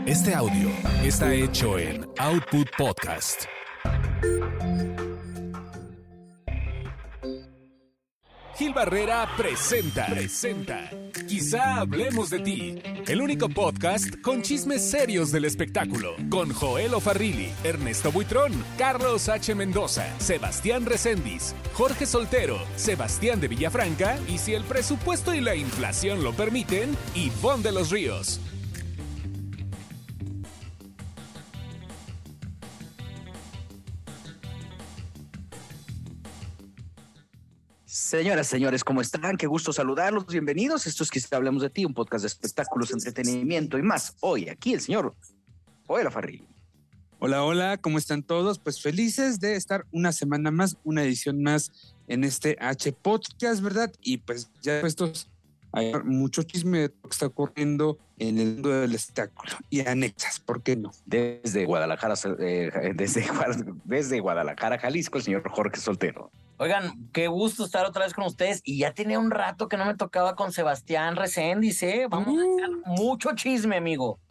Este audio está hecho en Output Podcast. Gil Barrera presenta. Quizá hablemos de ti. El único podcast con chismes serios del espectáculo. Con Joel O'Farrilly, Ernesto Buitrón, Carlos H. Mendoza, Sebastián Recendis, Jorge Soltero, Sebastián de Villafranca y, si el presupuesto y la inflación lo permiten, Ivonne de los Ríos. Señoras, señores, ¿cómo están? Qué gusto saludarlos. Bienvenidos. Esto es Quizá Hablemos de Ti, un podcast de espectáculos, entretenimiento y más. Hoy, aquí el señor Joel O'Farrilly. Hola, ¿cómo están todos? Pues felices de estar una semana más, una edición más en este H Podcast, ¿verdad? Y pues ya puestos hay mucho chisme de lo que está ocurriendo en el mundo del espectáculo y anexas, ¿por qué no? Desde Guadalajara, desde Guadalajara, Jalisco, el señor Jorge Soltero. Oigan, qué gusto estar otra vez con ustedes y ya tenía un rato que no me tocaba con Sebastián Recendis, ¿eh? Vamos a echar mucho chisme, amigo.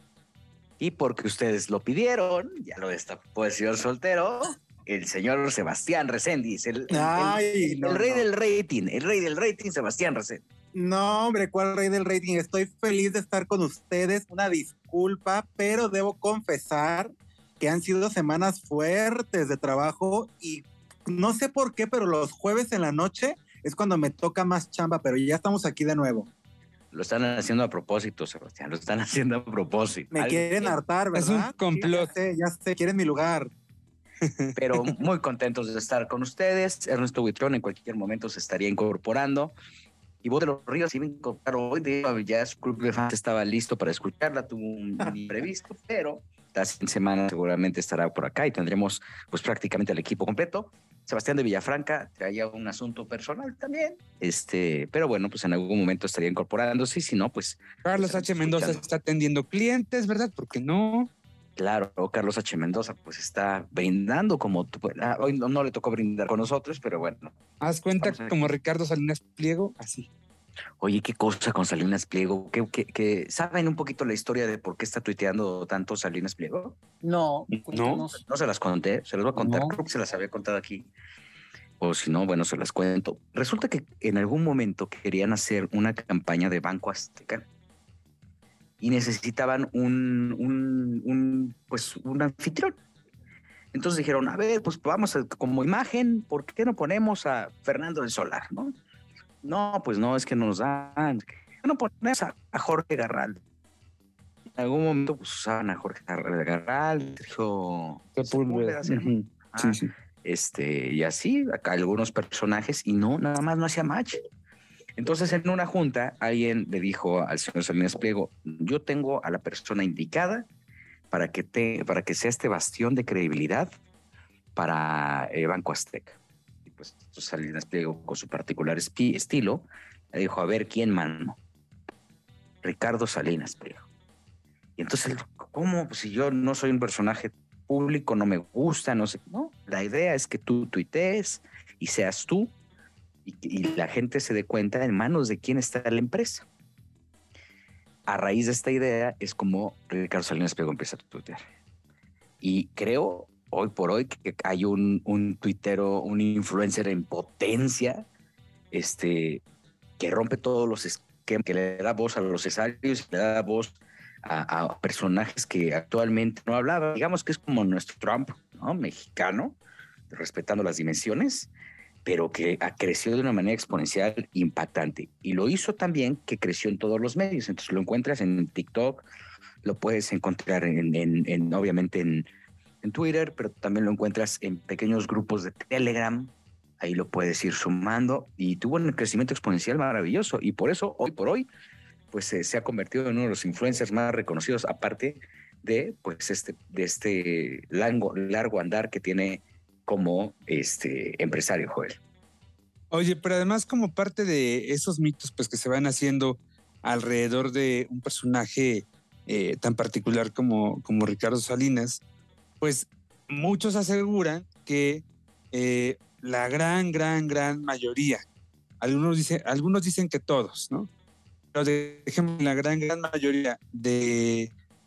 Y porque ustedes lo pidieron, ya lo destapó el señor Soltero, el señor Sebastián Recendis, el rey del rating, Sebastián Recendis. No, hombre, ¿cuál rey del rating? Estoy feliz de estar con ustedes. Una disculpa, pero debo confesar que han sido semanas fuertes de trabajo y no sé por qué, pero los jueves en la noche es cuando me toca más chamba, pero ya estamos aquí de nuevo. Lo están haciendo a propósito, Sebastián, lo están haciendo a propósito. Me quieren hartar, ¿verdad? Es un complot. Sí, ya sé, quieren mi lugar. Pero muy contentos de estar con ustedes. Ernesto Buitrón en cualquier momento se estaría incorporando. Y Ivonne de los Ríos iba a incorporar hoy, ya su club de fans estaba listo para escucharla, tuvo un imprevisto, pero la siguiente semana seguramente estará por acá y tendremos pues prácticamente el equipo completo. Sebastián de Villafranca traía un asunto personal también, pero bueno, pues en algún momento estaría incorporándose y si no, pues... Carlos H. Mendoza está atendiendo clientes, ¿verdad? ¿Por qué no? Claro, Carlos H. Mendoza pues está brindando como... Hoy no le tocó brindar con nosotros, pero bueno. Haz cuenta como Ricardo Salinas Pliego, así. Oye, qué cosa con Salinas Pliego. ¿Que saben un poquito la historia de por qué está tuiteando tanto Salinas Pliego? No. No se las conté, se las voy a contar, creo que se las había contado aquí. O si no, bueno, se las cuento. Resulta que en algún momento querían hacer una campaña de Banco Azteca y necesitaban un anfitrión. Entonces dijeron, a ver, pues vamos como imagen, ¿por qué no ponemos a Fernando del Solar, no? No, pues no, es que no nos dan. No ponemos a Jorge Garral. En algún momento pues usaban a Jorge Garral, Sergio Sepúlveda, ¿no? Sí. Y así, acá algunos personajes, y no, nada más no hacía match. Entonces, en una junta, alguien le dijo al señor Salinas Pliego, yo tengo a la persona indicada para que sea este bastión de credibilidad para Banco Azteca. Y pues Salinas Pliego, con su particular estilo, le dijo, a ver, ¿quién mano? Ricardo Salinas Pliego. Y entonces, ¿cómo? Pues si yo no soy un personaje público, no me gusta, no sé. No, la idea es que tú tuitees y seas tú y la gente se dé cuenta en manos de quién está la empresa. A raíz de esta idea es como Ricardo Salinas Pliego empieza a tuitear. Y creo, hoy por hoy, que hay un tuitero, un influencer en potencia, que rompe todos los esquemas, que le da voz a los empresarios, le da voz a personajes que actualmente no hablaban. Digamos que es como nuestro Trump, ¿no? Mexicano, respetando las dimensiones, pero que creció de una manera exponencial impactante. Y lo hizo también que creció en todos los medios. Entonces lo encuentras en TikTok, lo puedes encontrar obviamente en Twitter, pero también lo encuentras en pequeños grupos de Telegram. Ahí lo puedes ir sumando y tuvo un crecimiento exponencial maravilloso. Y por eso, hoy por hoy, pues se ha convertido en uno de los influencers más reconocidos, aparte de este largo andar que tiene como empresario, Joel. Oye, pero además como parte de esos mitos pues que se van haciendo alrededor de un personaje tan particular como Ricardo Salinas, pues muchos aseguran que la gran mayoría, algunos dicen que todos, ¿no? Pero dejemos la gran mayoría de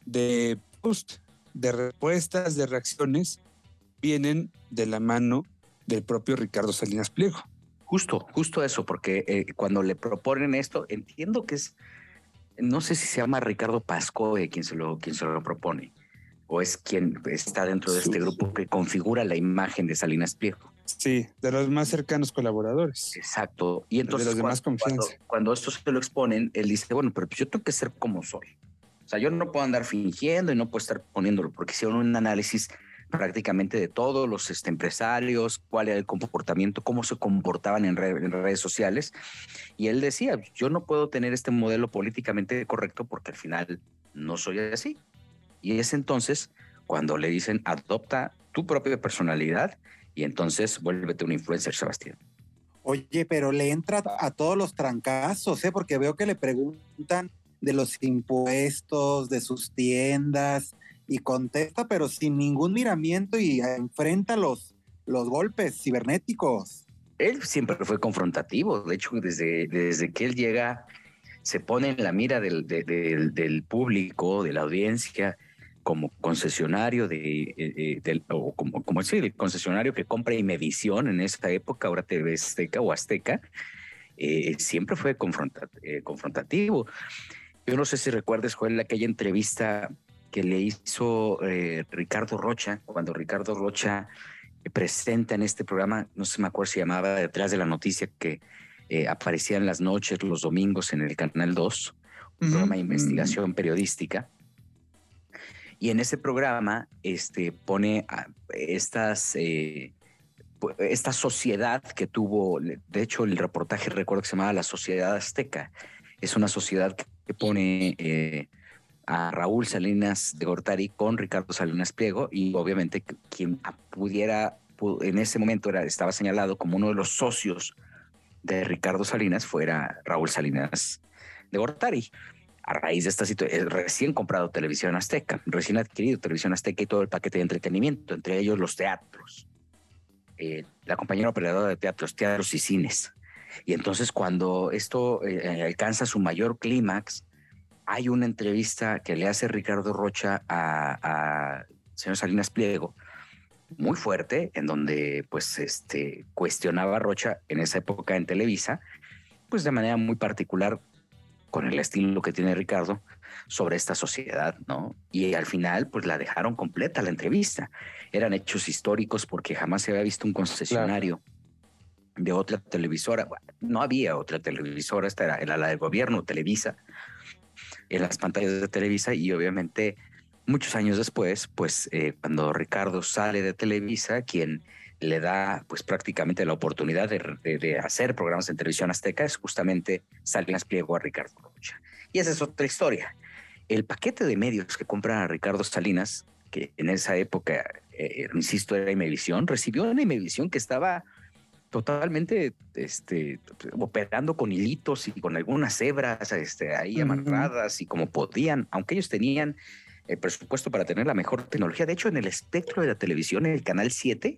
de post, de respuestas, de reacciones, vienen de la mano del propio Ricardo Salinas Pliego. Justo eso, porque cuando le proponen esto, entiendo que es, no sé si se llama Ricardo Pascoe quien se lo propone, o es quien está dentro de este grupo que configura la imagen de Salinas Pliego. Sí, de los más cercanos colaboradores. Exacto. Y entonces de los de más confianza. Cuando esto se lo exponen, él dice, bueno, pero pues yo tengo que ser como soy. O sea, yo no puedo andar fingiendo y no puedo estar poniéndolo, porque hicieron un análisis prácticamente de todos los empresarios, cuál era el comportamiento, cómo se comportaban en redes sociales. Y él decía, yo no puedo tener este modelo políticamente correcto porque al final no soy así. Y es entonces cuando le dicen, adopta tu propia personalidad y entonces vuélvete un influencer, Sebastián. Oye, pero le entra a todos los trancazos, porque veo que le preguntan de los impuestos, de sus tiendas, y contesta, pero sin ningún miramiento y enfrenta los golpes cibernéticos. Él siempre fue confrontativo. De hecho, desde que él llega, se pone en la mira del público, de la audiencia, como concesionario como decir, el concesionario que compra Imevisión en esa época, ahora TV Azteca o Azteca, siempre fue confrontativo. Yo no sé si recuerdas, Joel, aquella entrevista que le hizo Ricardo Rocha, cuando Ricardo Rocha presenta en este programa, no sé, me acuerdo si llamaba Detrás de la Noticia, que aparecía en las noches, los domingos en el Canal 2, un programa de investigación periodística. Y en ese programa pone esta sociedad que tuvo, de hecho el reportaje recuerdo que se llamaba La Sociedad Azteca. Es una sociedad que pone a Raúl Salinas de Gortari con Ricardo Salinas Pliego, y obviamente quien pudiera, en ese momento estaba señalado como uno de los socios de Ricardo Salinas fuera Raúl Salinas de Gortari. A raíz de esta situación, recién comprado Televisión Azteca, recién adquirido Televisión Azteca y todo el paquete de entretenimiento, entre ellos los teatros, la compañía operadora de teatros y cines. Y entonces cuando esto alcanza su mayor clímax, hay una entrevista que le hace Ricardo Rocha a señor Salinas Pliego, muy fuerte, en donde pues cuestionaba a Rocha en esa época en Televisa, pues de manera muy particular, con el estilo que tiene Ricardo, sobre esta sociedad, ¿no? Y al final pues la dejaron completa la entrevista. Eran hechos históricos porque jamás se había visto un concesionario de otra televisora. Bueno, no había otra televisora, esta era la del gobierno, Televisa, en las pantallas de Televisa. Y obviamente muchos años después, pues cuando Ricardo sale de Televisa, quien le da pues prácticamente la oportunidad de hacer programas en Televisión Azteca es justamente Salinas Pliego a Ricardo Rocha. Y esa es otra historia. El paquete de medios que compra a Ricardo Salinas, que en esa época, insisto, era Imevisión, recibió una Imevisión que estaba totalmente operando con hilitos y con algunas hebras ahí amarradas y como podían, aunque ellos tenían el presupuesto para tener la mejor tecnología. De hecho, en el espectro de la televisión, en el Canal 7,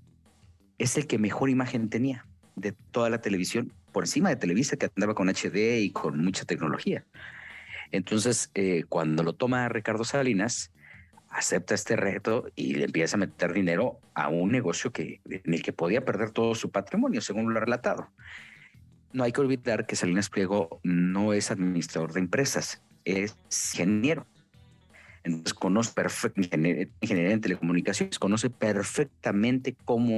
es el que mejor imagen tenía de toda la televisión, por encima de Televisa, que andaba con HD y con mucha tecnología. Entonces, cuando lo toma Ricardo Salinas, acepta este reto y le empieza a meter dinero a un negocio en el que podía perder todo su patrimonio, según lo ha relatado. No hay que olvidar que Salinas Pliego no es administrador de empresas, es ingeniero. Entonces conoce perfectamente, ingeniería en telecomunicaciones, conoce perfectamente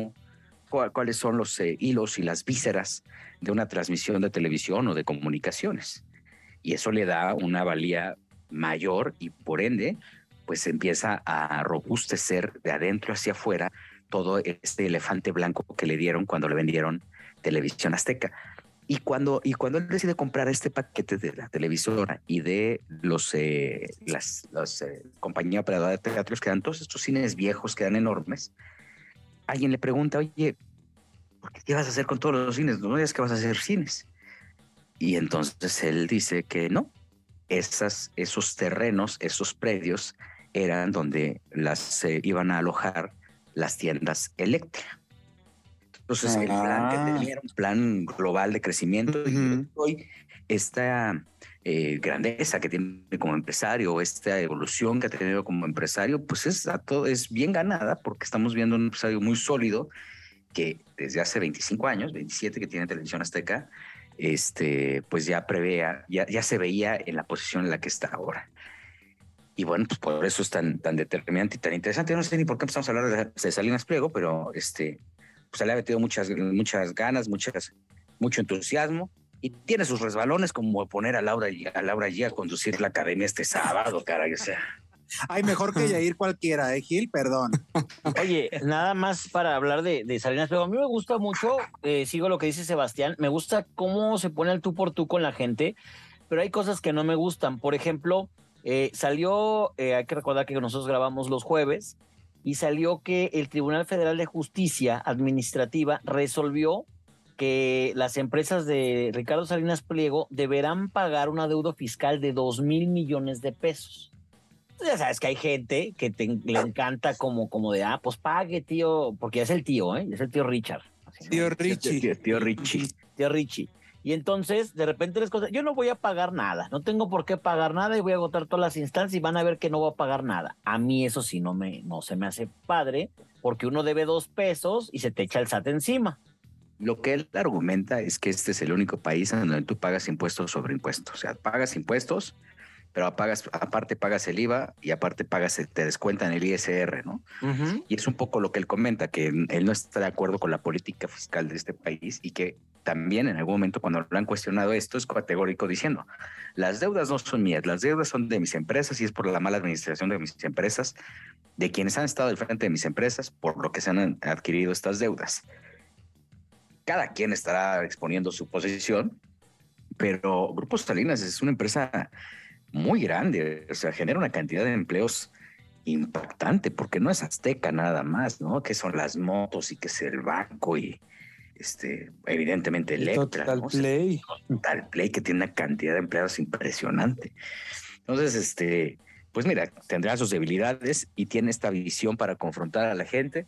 cuáles son los hilos y las vísceras de una transmisión de televisión o de comunicaciones. Y eso le da una valía mayor y por ende, pues empieza a robustecer de adentro hacia afuera todo este elefante blanco que le dieron cuando le vendieron Televisión Azteca. Y cuando él decide comprar este paquete de la televisora y de las compañías operadoras de teatros, que dan todos estos cines viejos, que eran enormes, alguien le pregunta, oye, ¿qué vas a hacer con todos los cines? No digas que vas a hacer cines. Y entonces él dice que no, esos terrenos, esos predios, eran donde iban a alojar las tiendas Electra. Entonces el plan que tenía era un plan global de crecimiento. Y hoy esta grandeza que tiene como empresario, esta evolución que ha tenido como empresario, pues es bien ganada porque estamos viendo un empresario muy sólido que desde hace 25 años, 27 que tiene Televisión Azteca, pues ya ya se veía en la posición en la que está ahora. Y bueno, pues por eso es tan determinante y tan interesante. Yo no sé ni por qué empezamos a hablar de Salinas Pliego, pero pues le ha metido muchas ganas, mucho entusiasmo. Y tiene sus resbalones como poner a Laura G a conducir la academia este sábado, caray, o sea. Ay, mejor que Yair cualquiera, Gil, perdón. Oye, nada más para hablar de Salinas Pliego. A mí me gusta mucho, sigo lo que dice Sebastián, me gusta cómo se pone el tú por tú con la gente, pero hay cosas que no me gustan. Por ejemplo, salió, hay que recordar que nosotros grabamos los jueves, y salió que el Tribunal Federal de Justicia Administrativa resolvió que las empresas de Ricardo Salinas Pliego deberán pagar un adeudo fiscal de 2,000 millones de pesos. Ya sabes que hay gente que le encanta como de, pues pague, tío, porque es el tío, es el tío Richard. Así, ¿no? Tío Richie. Tío Richie. Tío Richie. Y entonces, de repente les cosas, yo no voy a pagar nada, no tengo por qué pagar nada y voy a agotar todas las instancias y van a ver que no voy a pagar nada. A mí eso sí no se me hace padre, porque uno debe 2 pesos y se te echa el SAT encima. Lo que él argumenta es que este es el único país en donde tú pagas impuestos sobre impuestos. O sea, pagas impuestos, pero aparte pagas el IVA y aparte te descuentan el ISR, ¿no? Uh-huh. Y es un poco lo que él comenta, que él no está de acuerdo con la política fiscal de este país y que también en algún momento cuando lo han cuestionado esto es categórico diciendo, las deudas no son mías, las deudas son de mis empresas y es por la mala administración de mis empresas, de quienes han estado al frente de mis empresas, por lo que se han adquirido estas deudas. Cada quien estará exponiendo su posición, pero Grupo Salinas es una empresa muy grande, o sea, genera una cantidad de empleos impactante, porque no es Azteca nada más, ¿no? Que son las motos y que es el banco y evidentemente Electra, Total ¿no? Play. Total Play, que tiene una cantidad de empleados impresionante. Entonces, pues mira, tendrá sus debilidades y tiene esta visión para confrontar a la gente.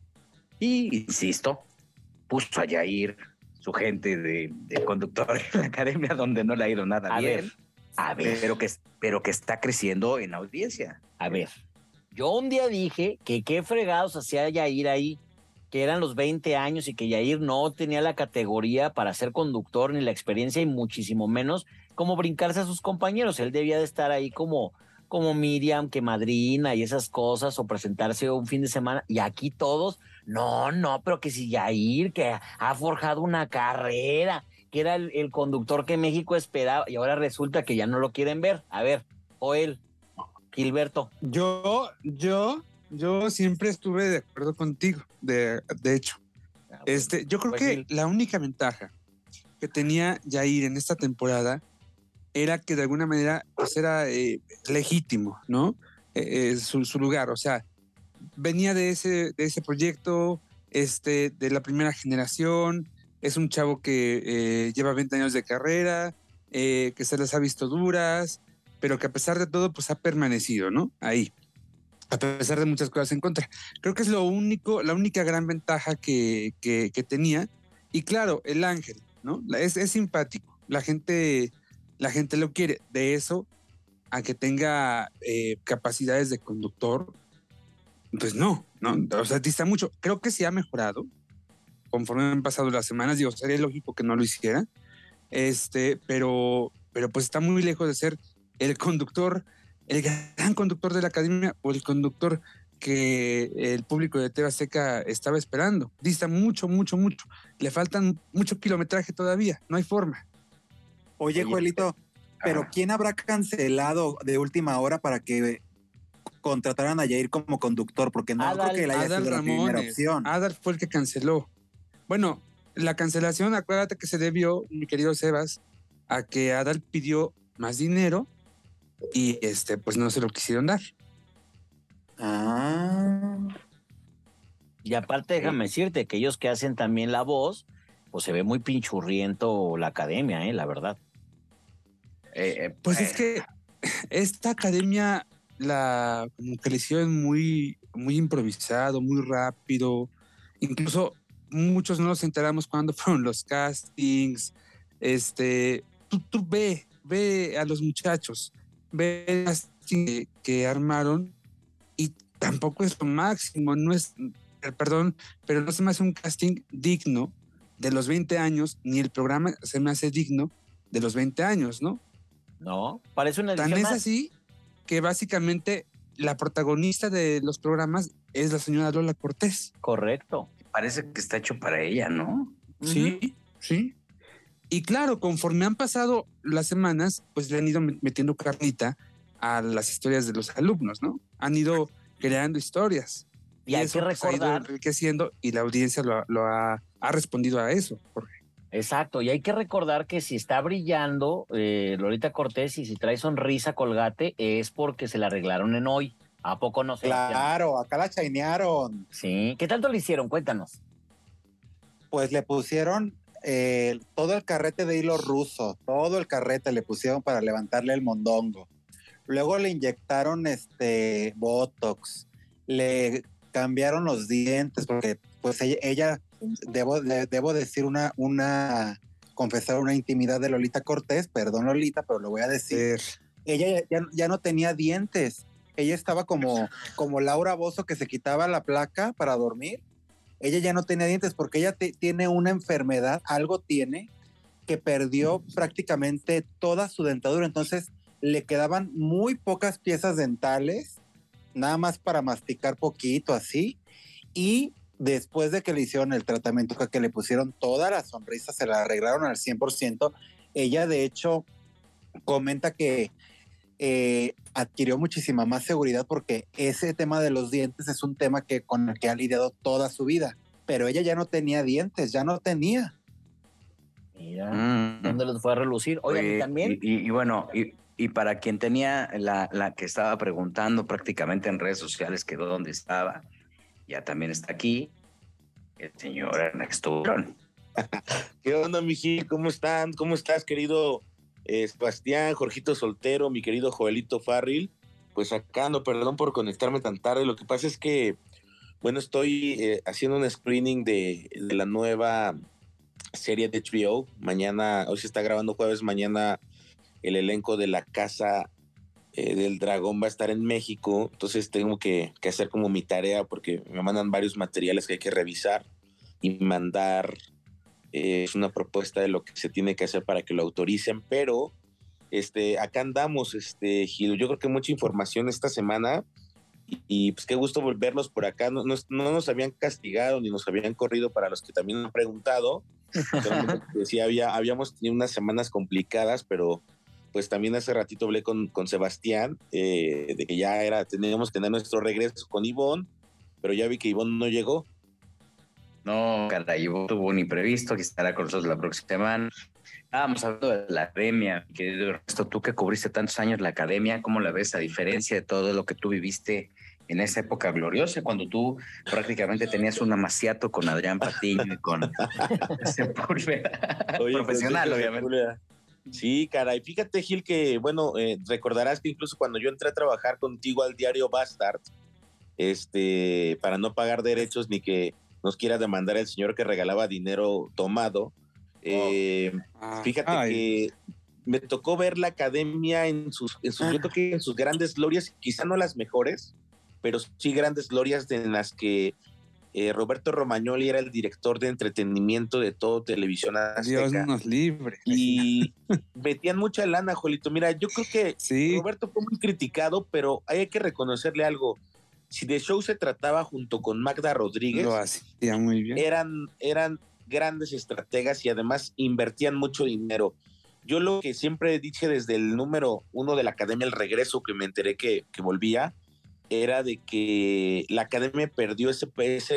Y, insisto, puso a Yair, su gente de conductor en la academia, donde no le ha ido nada bien. A ver. Pero que está creciendo en audiencia. A ver, yo un día dije que qué fregados hacía Yair ahí, que eran los 20 años y que Yair no tenía la categoría para ser conductor ni la experiencia y muchísimo menos como brincarse a sus compañeros. Él debía de estar ahí como Miriam, que madrina y esas cosas, o presentarse un fin de semana. Y aquí todos, no, pero que si Yair, que ha forjado una carrera, que era el conductor que México esperaba, y ahora resulta que ya no lo quieren ver. A ver, Joel, Gilberto. Yo siempre estuve de acuerdo contigo, de hecho. Yo creo que la única ventaja que tenía Yair en esta temporada era que de alguna manera pues era legítimo, ¿no? Su lugar, o sea, venía de ese proyecto, de la primera generación, es un chavo que lleva 20 años de carrera, que se las ha visto duras, pero que a pesar de todo pues ha permanecido, ¿no? Ahí, a pesar de muchas cosas en contra. Creo que es la única gran ventaja que tenía. Y claro, el ángel, ¿no? Es simpático, la gente lo quiere. De eso a que tenga capacidades de conductor, pues no, o sea, dista mucho. Creo que sí ha mejorado conforme han pasado las semanas. Digo, sería lógico que no lo hiciera, pero pues está muy lejos de ser el conductor, el gran conductor de la academia o el conductor que el público de TV Azteca estaba esperando. Dista mucho. Le faltan mucho kilometraje todavía, no hay forma. Oye, Joelito, pero ¿quién habrá cancelado de última hora para que contrataran a Yair como conductor? Porque no creo que él haya sido la primera opción. Adal fue el que canceló. Bueno, la cancelación, acuérdate que se debió, mi querido Sebas, a que Adal pidió más dinero y pues no se lo quisieron dar. Y aparte déjame decirte que ellos que hacen también la voz, pues se ve muy pinchurriento la academia, la verdad. Pues es que esta academia como que le hicieron muy, muy improvisado, muy rápido. Incluso muchos no nos enteramos cuando fueron los castings. Tú ve ve a los muchachos, ve el casting que armaron y tampoco es lo máximo, no es, perdón, pero no se me hace un casting digno de los 20 años, ni el programa se me hace digno de los 20 años, ¿no? No, parece una Tan edición es más. así que básicamente la protagonista de los programas es la señora Lola Cortés. Correcto. Parece que está hecho para ella, ¿no? Sí, sí. Y claro, conforme han pasado las semanas, pues le han ido metiendo carnita a las historias de los alumnos, ¿no? Han ido creando historias. Y hay eso que pues, ha ido recordar, enriqueciendo y la audiencia lo ha respondido a eso, Jorge. exacto, y hay que recordar que si está brillando Lolita Cortés y si trae sonrisa Colgate es porque se la arreglaron en hoy. ¿A poco no, Sebastián? Claro, acá la chainearon. Sí. ¿Qué tanto le hicieron? Cuéntanos. Pues le pusieron todo el carrete de hilo ruso, todo el carrete le pusieron para levantarle el mondongo. Luego le inyectaron Botox, le cambiaron los dientes, porque pues ella debo decir confesar una intimidad de Lolita Cortés, perdón Lolita, pero lo voy a decir. Ella ya no tenía dientes, ella estaba como Laura Bozzo que se quitaba la placa para dormir. Ella ya no tenía dientes porque ella tiene una enfermedad, algo tiene, que perdió prácticamente toda su dentadura, entonces le quedaban muy pocas piezas dentales, nada más para masticar poquito así, y después de que le hicieron el tratamiento, que le pusieron toda la sonrisa, se la arreglaron al 100%, ella de hecho comenta que adquirió muchísima más seguridad porque ese tema de los dientes es un tema con el que ha lidiado toda su vida, pero ella ya no tenía dientes, ya no tenía. Mira, ¿dónde los fue a relucir? Oye, ¿y también? Y bueno, y para quien tenía la que estaba preguntando prácticamente en redes sociales quedó donde estaba, ya también está aquí, el señor Ernesto Buitrón. ¿Qué onda, Miji? ¿Cómo están? ¿Cómo estás, querido Sebastián, Jorgito Soltero, mi querido Joelito Farril? Pues acá ando, perdón por conectarme tan tarde. Lo que pasa es que, bueno, estoy haciendo un screening de la nueva serie de HBO. Mañana, hoy se está grabando jueves, mañana el elenco de La Casa del Dragón va a estar en México. Entonces tengo que hacer como mi tarea porque me mandan varios materiales que hay que revisar y mandar. Es una propuesta de lo que se tiene que hacer para que lo autoricen, pero acá andamos, Gil. Yo creo que mucha información esta semana y pues qué gusto volverlos por acá. No nos habían castigado ni nos habían corrido para los que también han preguntado. Sí, habíamos tenido unas semanas complicadas, pero pues también hace ratito hablé con Sebastián de que ya teníamos que tener nuestro regreso con Ivonne, pero ya vi que Ivonne no llegó. No, caray, tuvo un imprevisto que estará con nosotros la próxima semana. Estábamos hablando de la academia, querido Ernesto, tú que cubriste tantos años la academia, ¿cómo la ves a diferencia de todo lo que tú viviste en esa época gloriosa, cuando tú prácticamente tenías un amaciato con Adrián Patiño y con Sepúlveda? Profesional, obviamente. Sí, caray, fíjate, Gil, que bueno, recordarás que incluso cuando yo entré a trabajar contigo al diario Bastard, para no pagar derechos ni que nos quiera demandar el señor que regalaba dinero tomado. Fíjate que me tocó ver la academia en sus yo creo que en sus grandes glorias, quizá no las mejores, pero sí grandes glorias en las que Roberto Romagnoli era el director de entretenimiento de todo Televisión Azteca. Dios nos libre. Y metían mucha lana, Jolito. Mira, yo creo que sí. Roberto fue muy criticado, pero hay que reconocerle algo. Si de show se trataba junto con Magda Rodríguez, lo hacía muy bien. Eran grandes estrategas y además invertían mucho dinero. Yo lo que siempre dije desde el número 1 de la Academia, el regreso, que me enteré que volvía, era de que la Academia perdió esa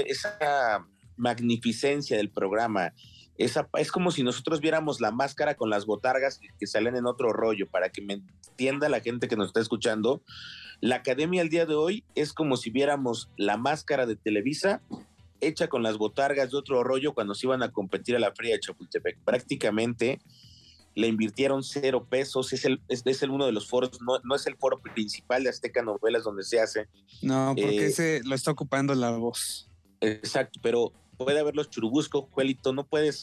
magnificencia del programa. Es como si nosotros viéramos La Máscara con las botargas que salen en otro rollo. Para que me entienda la gente que nos está escuchando, la Academia al día de hoy es como si viéramos La Máscara de Televisa hecha con las botargas de otro rollo cuando se iban a competir a la Feria de Chapultepec. Prácticamente le invirtieron 0 pesos, es uno de los foros, no es el foro principal de Azteca Novelas donde se hace. No, porque ese lo está ocupando La Voz. Exacto, pero puede haber los Churubusco, Juelito, no puedes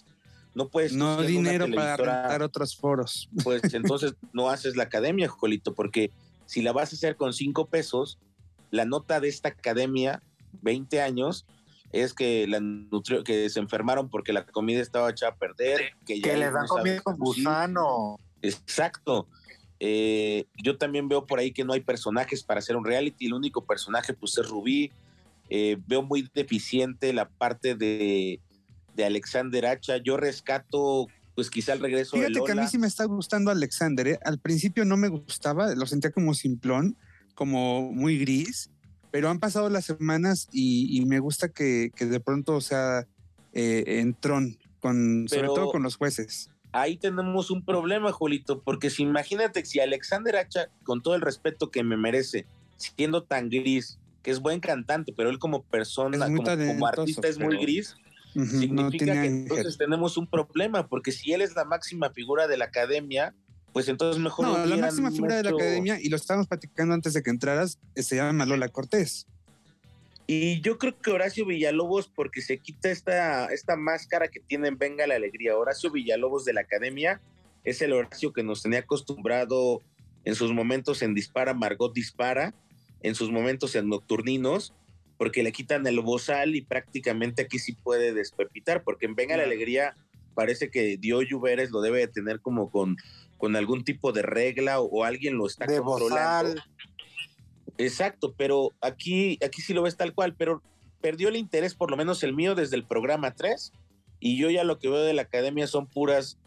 no puedes... No dinero para rentar otros foros. Pues entonces no haces la academia, Jolito, porque si la vas a hacer con 5 pesos, la nota de esta academia, 20 años, es que que se enfermaron porque la comida estaba hecha a perder. Que les dan comida con gusano. Exacto. Yo también veo por ahí que no hay personajes para hacer un reality. El único personaje pues es Rubí. Veo muy deficiente la parte de Alexander Hacha. Yo rescato pues quizá el regreso de Lola. Fíjate que a mí sí me está gustando Alexander, Al principio no me gustaba, lo sentía como simplón, como muy gris, pero han pasado las semanas y me gusta que de pronto sea entrón, sobre todo con los jueces. Ahí tenemos un problema, Julito, porque si imagínate si Alexander Hacha, con todo el respeto que me merece, siendo tan gris, que es buen cantante, pero él como persona, como artista es muy gris, significa que entonces tenemos un problema, porque si él es la máxima figura de la academia, pues entonces mejor... No, la máxima figura de la academia, y lo estábamos platicando antes de que entraras, se llama Lola Cortés. Y yo creo que Horacio Villalobos, porque se quita esta máscara que tiene en Venga la Alegría. Horacio Villalobos de la academia es el Horacio que nos tenía acostumbrado en sus momentos en Dispara, Margot Dispara, en sus momentos en Nocturninos, porque le quitan el bozal y prácticamente aquí sí puede despepitar, porque en Venga la Alegría parece que Dio Lluveres lo debe de tener como con algún tipo de regla o alguien lo está de controlando. Bozal. Exacto, pero aquí sí lo ves tal cual, pero perdió el interés, por lo menos el mío, desde el programa 3, y yo ya lo que veo de la academia son puras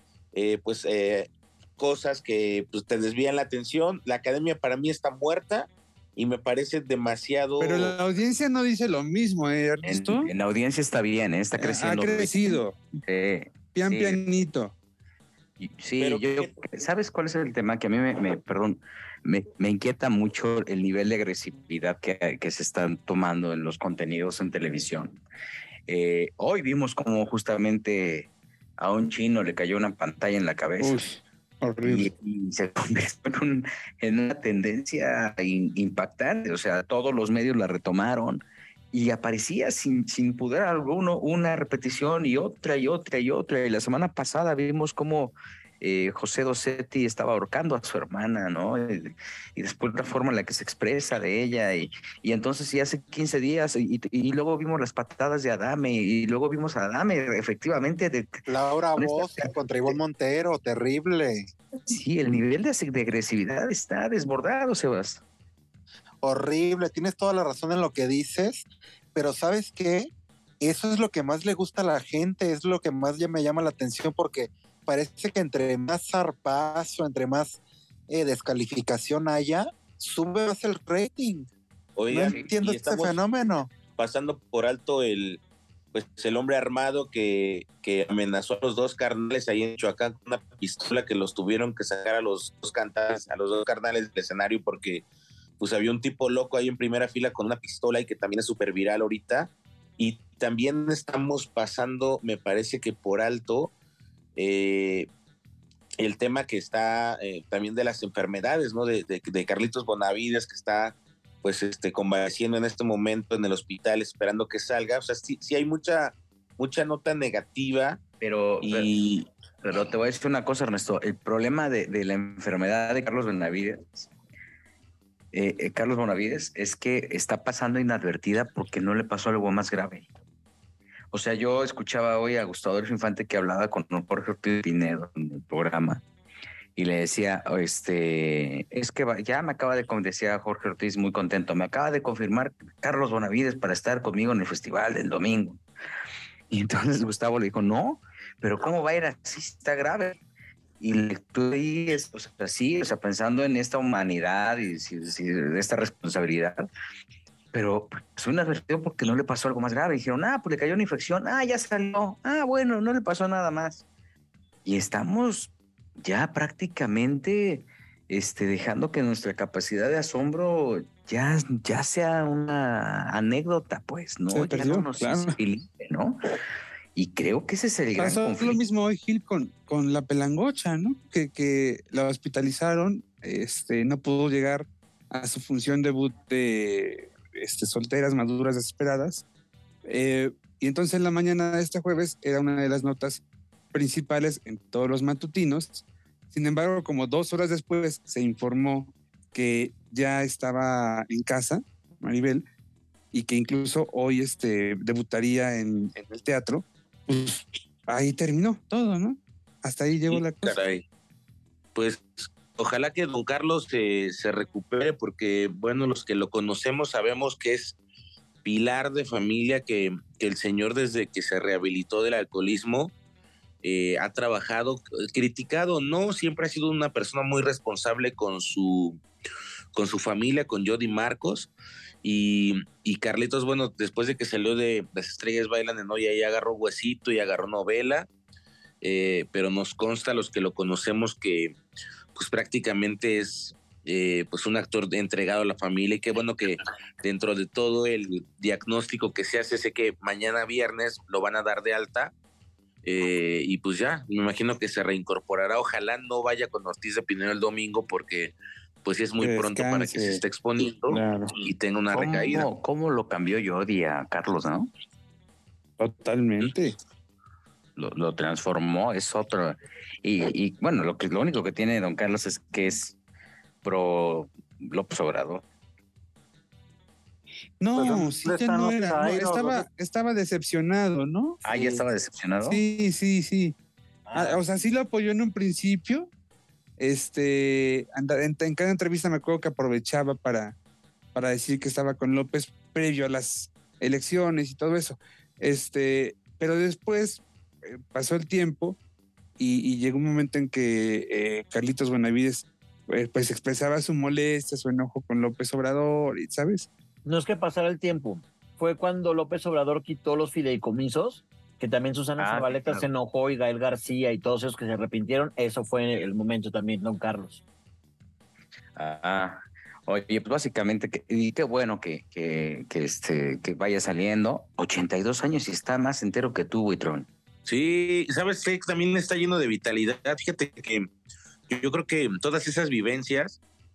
cosas que pues, te desvían la atención. La academia para mí está muerta y me parece demasiado... Pero la audiencia no dice lo mismo, Ernesto. En la audiencia está bien, está creciendo. Ha crecido. Pianito. Sí, ¿sabes cuál es el tema? Que a mí me inquieta mucho el nivel de agresividad que se están tomando en los contenidos en televisión. Hoy vimos cómo justamente a un chino le cayó una pantalla en la cabeza. Uy, horrible. Y se convirtió en una tendencia impactante. O sea, todos los medios la retomaron y aparecía sin pudor alguno una repetición y otra y otra y otra. Y la semana pasada vimos cómo José Dossetti estaba ahorcando a su hermana, ¿no? Y después la forma en la que se expresa de ella. Y entonces sí, hace 15 días y luego vimos las patadas de Adame y luego vimos a Adame efectivamente. Laura Bozo contra Ivonne Montero, terrible. Sí, el nivel de agresividad está desbordado, Sebas. Horrible, tienes toda la razón en lo que dices, pero ¿sabes qué? Eso es lo que más le gusta a la gente, es lo que más ya me llama la atención, porque parece que entre más zarpazo, entre más descalificación haya, sube más el rating. Oigan, no entiendo este fenómeno. Pasando por alto el hombre armado que amenazó a los dos carnales ahí en Michoacán con una pistola, que los tuvieron que sacar a los dos carnales del escenario porque pues había un tipo loco ahí en primera fila con una pistola y que también es súper viral ahorita. Y también estamos pasando, me parece que por alto, el tema que está también de las enfermedades, ¿no? De Carlitos Bonavides, que está pues convaleciendo en este momento en el hospital esperando que salga. O sea, sí hay mucha nota negativa. Pero te voy a decir una cosa, Ernesto. El problema de la enfermedad de Carlos Bonavides es que está pasando inadvertida porque no le pasó algo más grave. O sea, yo escuchaba hoy a Gustavo Adolfo Infante que hablaba con Jorge Ortiz Pinedo en el programa y le decía, es que ya me acaba de, decía Jorge Ortiz muy contento, me acaba de confirmar Carlos Bonavides para estar conmigo en el festival del domingo. Y entonces Gustavo le dijo, no, pero ¿cómo va a ir así? Está grave. Y tú ahí, pensando en esta humanidad y esta responsabilidad, pero soy inadvertido porque no le pasó algo más grave. Dijeron, pues le cayó una infección, ya salió, bueno, no le pasó nada más. Y estamos ya prácticamente dejando que nuestra capacidad de asombro ya sea una anécdota, pues, ¿no? Se perdió, ya no nos sensibilice, ¿no? Y creo que ese es el gran conflicto. Pasó lo mismo hoy, Gil, con la Pelangocha, ¿no? Que la hospitalizaron, no pudo llegar a su función debut de Solteras, Maduras, Desesperadas. Y entonces en la mañana de este jueves era una de las notas principales en todos los matutinos. Sin embargo, como 2 horas después se informó que ya estaba en casa, Maribel, y que incluso hoy debutaría en el teatro, pues ahí terminó todo, ¿no? Hasta ahí llegó la cosa. Caray. Pues ojalá que don Carlos se recupere, porque bueno, los que lo conocemos sabemos que es pilar de familia, que el señor desde que se rehabilitó del alcoholismo ha trabajado, criticado, no, siempre ha sido una persona muy responsable con su familia, con Jody Marcos, y Carlitos, bueno, después de que salió de Las Estrellas Bailan en Hoy, ahí agarró Huesito y agarró novela, pero nos consta a los que lo conocemos que pues prácticamente es pues un actor entregado a la familia, y qué bueno que dentro de todo el diagnóstico que se hace, sé que mañana viernes lo van a dar de alta, y pues ya, me imagino que se reincorporará. Ojalá no vaya con Ortiz de Pinedo el domingo, porque pues sí es muy pronto para que se esté exponiendo, claro, y tenga una recaída. ¿Cómo lo cambió Jody a Carlos, no? Totalmente. Lo transformó, es otro. Y bueno, lo único que tiene don Carlos es que es pro López Obrador. No, Pues, sí ya no era. No, estaba decepcionado, ¿no? Ah, ¿ya estaba decepcionado? Sí. O sea, sí lo apoyó en un principio. En cada entrevista me acuerdo que aprovechaba para decir que estaba con López previo a las elecciones y todo eso. Pero después pasó el tiempo y llegó un momento en que Carlitos Benavides pues expresaba su molestia, su enojo con López Obrador, ¿sabes? No es que pasara el tiempo, fue cuando López Obrador quitó los fideicomisos, que también Susana Zabaleta se enojó, y Gael García y todos esos que se arrepintieron. Eso fue el momento también, don Carlos. Oye, pues básicamente, y qué bueno que vaya saliendo. 82 años y está más entero que tú, Buitrón. Sí, sabes que también está lleno de vitalidad. Fíjate que yo creo que todas esas vivencias,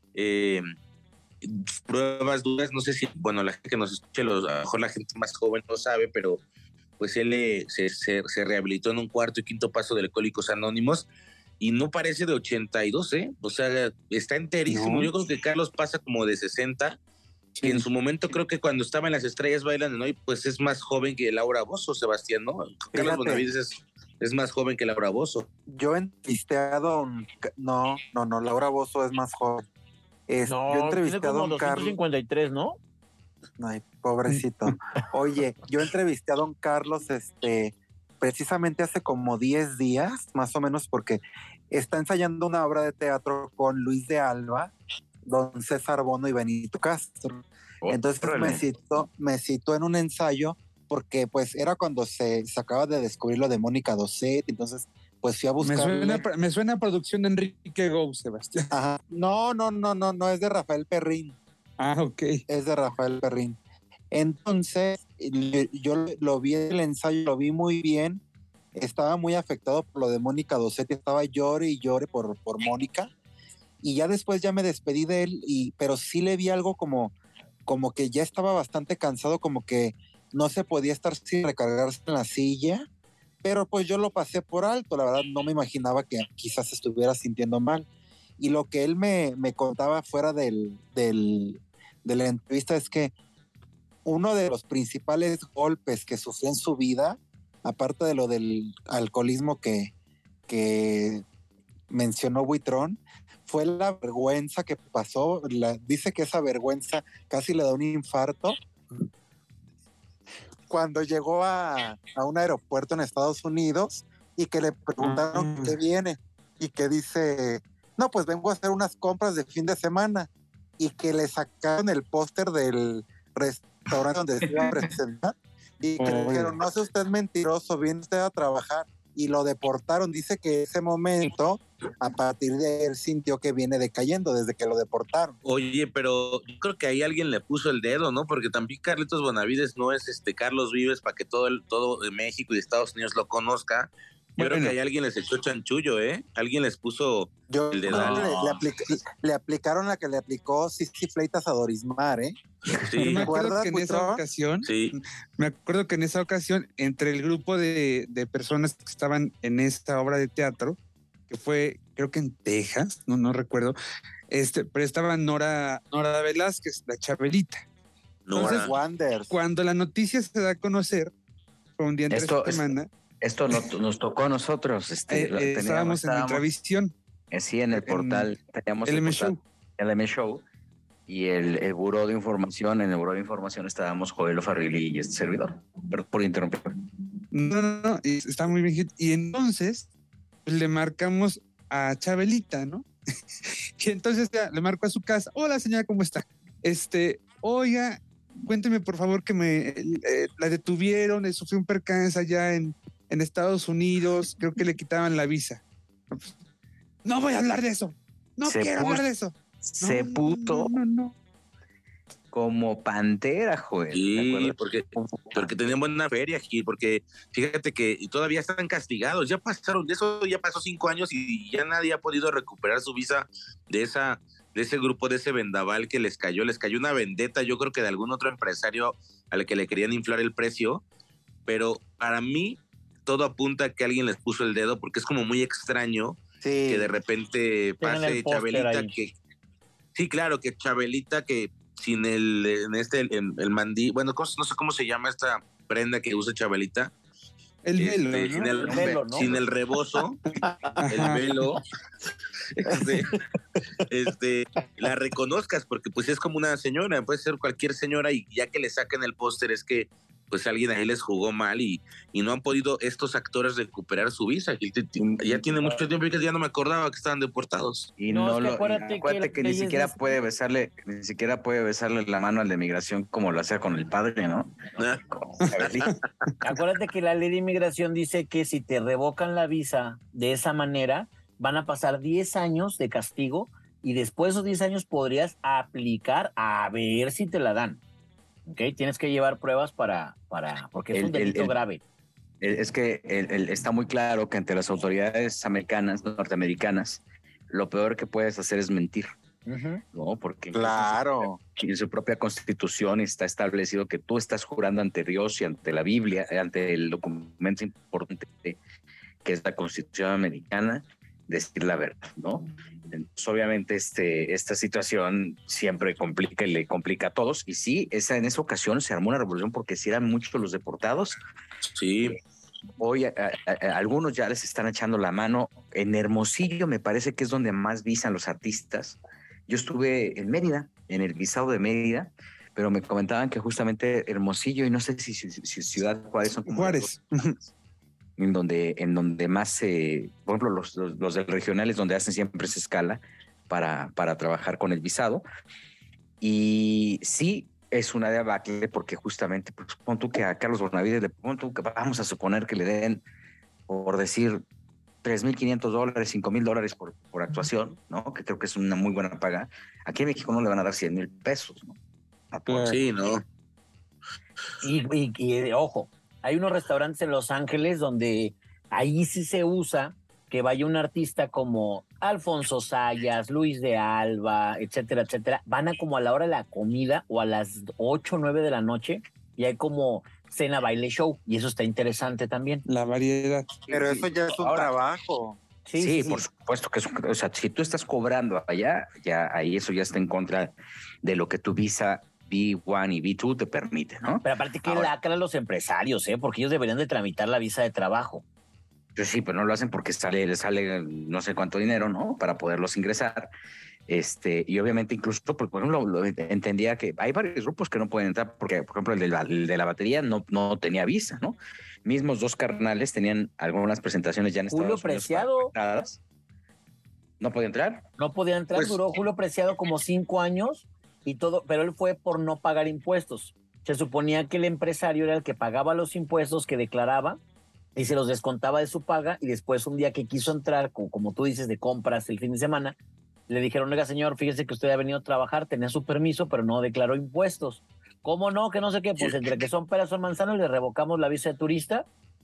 pruebas, dudas, no sé si, bueno, la gente que nos escuche, a lo mejor la gente más joven no sabe, pero pues él se rehabilitó en un 4º y 5º paso de Alcohólicos Anónimos, y no parece de 82, o sea, está enterísimo. No. Yo creo que Carlos pasa como de 60, sí. Que en su momento creo que cuando estaba en Las Estrellas Bailan en Hoy, pues es más joven que Laura Bozzo, Sebastián, ¿no? Carlos Benavides es más joven que Laura Bozzo. Yo entrevisté a No, Laura Bozzo es más joven. Yo entrevisté a don Carlos. 253, ¿no? Ay, pobrecito. Oye, yo entrevisté a don Carlos precisamente hace como 10 días, más o menos, porque está ensayando una obra de teatro con Luis de Alba, don César Bono y Benito Castro. Entonces me citó en un ensayo, porque pues era cuando se acaba de descubrir lo de Mónica Dosset, entonces pues fui a buscar. Me suena a producción de Enrique Gou, Sebastián. Ajá. No, es de Rafael Perrín. Ok. Es de Rafael Perrín. Entonces, yo lo vi en el ensayo, lo vi muy bien. Estaba muy afectado por lo de Mónica Dossetti, estaba llore y llore por Mónica. Y ya después ya me despedí de él, pero sí le vi algo como que ya estaba bastante cansado, como que no se podía estar sin recargarse en la silla. Pero pues yo lo pasé por alto, la verdad no me imaginaba que quizás se estuviera sintiendo mal. Y lo que él me contaba fuera de la entrevista es que uno de los principales golpes que sufrió en su vida, aparte de lo del alcoholismo que mencionó Buitrón, fue la vergüenza que pasó. Dice que esa vergüenza casi le da un infarto cuando llegó a un aeropuerto en Estados Unidos y que le preguntaron qué viene, y que dice, no, pues vengo a hacer unas compras de fin de semana, y que le sacaron el póster del restaurante donde se iba a presentar, y que le dijeron, no sea usted mentiroso, viene usted a trabajar, y lo deportaron. Dice que ese momento, a partir de él sintió que viene decayendo desde que lo deportaron. Oye, pero yo creo que ahí alguien le puso el dedo, ¿no? Porque también Carlitos Benavides no es Carlos Vives para que todo de México y de Estados Unidos lo conozca. Yo creo que ahí alguien les echó chanchullo, ¿eh? Alguien les puso el dedal. Le aplicaron la que le aplicó Sisi Fleitas a Dorismar, ¿eh? Sí. Me acuerdo que en esa ocasión, entre el grupo de personas que estaban en esta obra de teatro, que fue, creo que en Texas, no recuerdo, pero estaba Nora Velázquez, la Chabelita. Entonces, cuando la noticia se da a conocer, fue un día entre semana. Esto nos tocó a nosotros. Estábamos en Intravisión. Sí, en el portal. Teníamos el Show. El M Show. Y el buró de información. En el buró de información estábamos Joel Farrilli y este servidor. Pero por interrumpir. No. Está muy bien. Y entonces pues, le marcamos a Chabelita, ¿no? Y entonces ya le marco a su casa. Hola, señora, ¿cómo está? Oiga, cuénteme por favor que la detuvieron, sufrió un percance allá en Estados Unidos, creo que le quitaban la visa. No voy a hablar de eso. No quiero hablar de eso. Se puto como pantera, Joel. Sí, porque tenían buena feria aquí, porque fíjate que todavía están castigados. Ya pasaron, de eso ya pasó 5 años y ya nadie ha podido recuperar su visa de ese grupo, de ese vendaval que les cayó una vendetta, yo creo que de algún otro empresario al que le querían inflar el precio, pero para mí todo apunta a que alguien les puso el dedo, porque es como muy extraño que de repente pase Chabelita sí, claro, que Chabelita que sin el mandí, bueno, no sé cómo se llama esta prenda que usa Chabelita. El velo, ¿no? Sin el rebozo, el velo, la reconozcas, porque pues es como una señora, puede ser cualquier señora, y ya que le saquen el póster es que pues alguien ahí les jugó mal y no han podido estos actores recuperar su visa. Ya tiene mucho tiempo que ya no me acordaba que estaban deportados. Y acuérdate que ni siquiera puede besarle la mano al de migración como lo hacía con el padre, ¿no? Acuérdate que la ley de inmigración dice que si te revocan la visa de esa manera, van a pasar 10 años de castigo y después de esos 10 años podrías aplicar a ver si te la dan. Okay, tienes que llevar pruebas porque es un delito grave. Es que está muy claro que ante las autoridades norteamericanas, lo peor que puedes hacer es mentir. ¿No? Porque claro, en su propia constitución está establecido que tú estás jurando ante Dios y ante la Biblia, ante el documento importante que es la Constitución americana, decir la verdad, ¿no? Entonces, obviamente esta situación siempre le complica a todos, y sí, en esa ocasión se armó una revolución porque sí eran muchos los deportados. Sí. Hoy algunos ya les están echando la mano. En Hermosillo me parece que es donde más visan los artistas. Yo estuve en Mérida, en el visado de Mérida, pero me comentaban que justamente Hermosillo, y no sé si Ciudad Juárez son como Juárez. en donde más, por ejemplo, los del regional es donde hacen siempre esa escala para trabajar con el visado. Y sí, es una debacle porque justamente, pues, pon tú que a Carlos Bonavides vamos a suponer que le den, por decir, $3,500, $5,000 por actuación, ¿no? Que creo que es una muy buena paga. Aquí en México no le van a dar $100,000, ¿no? Sí, ¿no? Y ojo, hay unos restaurantes en Los Ángeles donde ahí sí se usa que vaya un artista como Alfonso Sayas, Luis de Alba, etcétera, etcétera. Van como a la hora de la comida o a las 8 o 9 de la noche y hay como cena, baile, show. Y eso está interesante también. La variedad. Pero eso ya es un trabajo. Sí, por supuesto que o sea, si tú estás cobrando allá, ya ahí eso ya está en contra de lo que tu visa B1 y B2 te permite, ¿no? Pero aparte que lacran los empresarios, porque ellos deberían de tramitar la visa de trabajo. Pues sí, pero no lo hacen porque les sale no sé cuánto dinero, ¿no? Para poderlos ingresar. Y obviamente incluso, por ejemplo, entendía que hay varios grupos que no pueden entrar porque, por ejemplo, el de la batería no tenía visa, ¿no? Mismos 2 carnales tenían algunas presentaciones ya en Estados Unidos. Julio Preciado. ¿No podía entrar? No podía entrar, pues, duró Julio Preciado como 5 años y todo, pero él fue por no pagar impuestos. Se suponía que el empresario era el que pagaba los impuestos que declaraba y se los descontaba de su paga, y después un día que quiso entrar, como tú dices, de compras el fin de semana, le dijeron: oiga, señor, fíjese que usted ha venido a trabajar, tenía su permiso, pero no declaró impuestos. ¿Cómo no? Que no sé qué. Pues entre que son peras son manzanas, le revocamos la visa de turista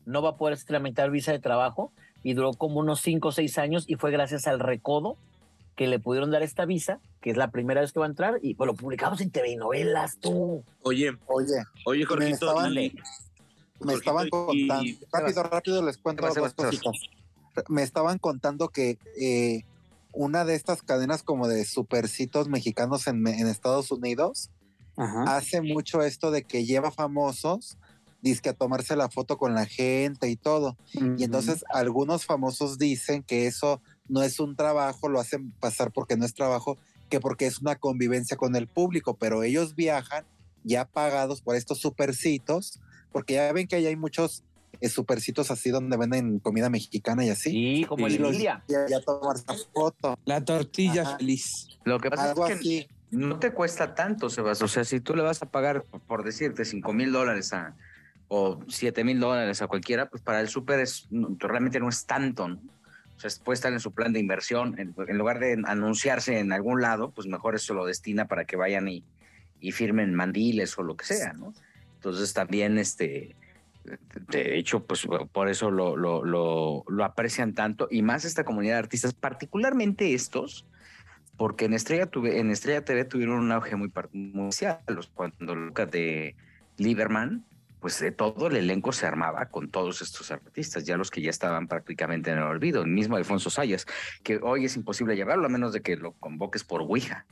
no va a poder tramitar visa de trabajo, y duró como unos 5 o 6 años, y fue gracias al Recodo que le pudieron dar esta visa, que es la primera vez que va a entrar, y pues lo publicamos en TV y novelas, tú. Oye, Jorgito, me estaban contando, rápido les cuento dos cositas. Me estaban contando que una de estas cadenas como de supercitos mexicanos en Estados Unidos hace mucho esto de que lleva famosos, dizque a tomarse la foto con la gente y todo. Y entonces algunos famosos dicen que eso no es un trabajo, lo hacen pasar porque no es trabajo, que porque es una convivencia con el público, pero ellos viajan ya pagados por estos supercitos, porque ya ven que ahí hay muchos supercitos así donde venden comida mexicana y así. Sí, como el Emilia. Ya tomar esa foto. La tortilla feliz. Lo que pasa Algo es que así. no te cuesta tanto, Sebas. O sea, si tú le vas a pagar, por decirte, $5,000 o $7,000 a cualquiera, pues para el súper realmente no es tanto, ¿no? O sea, puede estar en su plan de inversión. En lugar de anunciarse en algún lado, pues mejor eso lo destina para que vayan y firmen mandiles o lo que sea, ¿no? Entonces también, de hecho, pues por eso lo aprecian tanto, y más esta comunidad de artistas, particularmente estos, porque en Estrella TV tuvieron un auge muy especial. Cuando Lucas de Lieberman, pues de todo el elenco se armaba con todos estos artistas, ya los que ya estaban prácticamente en el olvido, el mismo Alfonso Sayas, que hoy es imposible llevarlo a menos de que lo convoques por Ouija.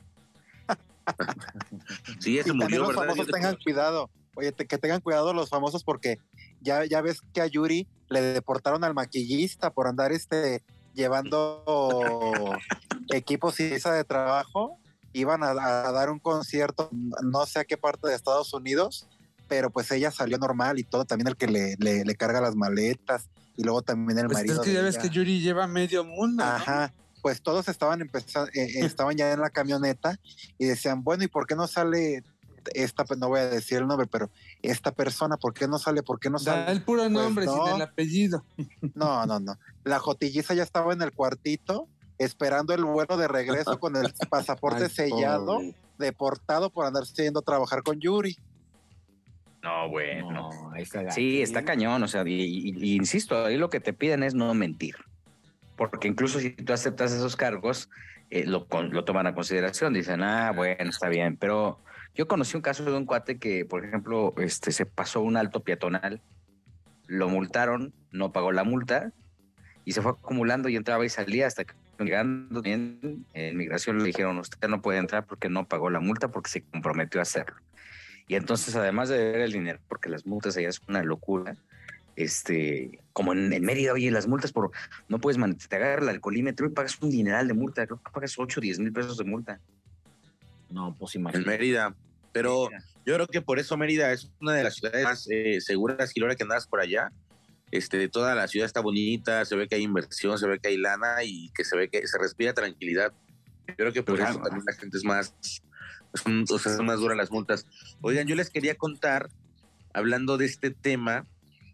Sí, ese y murió, también los ¿verdad? famosos tengan cuidado. Oye, que tengan cuidado los famosos, porque ya ves que a Yuri le deportaron al maquillista por andar llevando equipos y visa de trabajo. Iban a dar un concierto, no sé a qué parte de Estados Unidos, pero pues ella salió normal y todo, también el que le carga las maletas, y luego también el pues marido. Es que ya ves que Yuri lleva medio mundo, ajá, ¿no? Pues todos estaban estaban ya en la camioneta y decían, bueno, ¿y por qué no sale no voy a decir el nombre, pero esta persona, ¿por qué no sale? ¿Por qué no sale? Da el puro nombre, pues no, sin el apellido. No. La jotilliza ya estaba en el cuartito, esperando el vuelo de regreso con el pasaporte sellado, deportado por andarse yendo a trabajar con Yuri. No, bueno. No, sí, está cañón, o sea, y insisto, ahí lo que te piden es no mentir, porque incluso si tú aceptas esos cargos, lo toman a consideración, dicen, bueno, está bien, pero yo conocí un caso de un cuate que, por ejemplo, se pasó un alto peatonal, lo multaron, no pagó la multa y se fue acumulando y entraba y salía hasta que llegando bien, en migración le dijeron, usted no puede entrar porque no pagó la multa porque se comprometió a hacerlo. Y entonces, además de ver el dinero, porque las multas allá es una locura, como en Mérida, oye, las multas no puedes, te agarra el alcoholímetro y pagas un dineral de multa, creo que pagas 8 o 10 mil pesos de multa. No, pues En imagínate. Mérida, pero yo creo que por eso Mérida es una de las ciudades más seguras, y ahora que andas por allá, toda la ciudad está bonita, se ve que hay inversión, se ve que hay lana y que se ve que se respira tranquilidad. Yo creo que por eso también la gente es más, son más duras las multas. Oigan, yo les quería contar, hablando de este tema,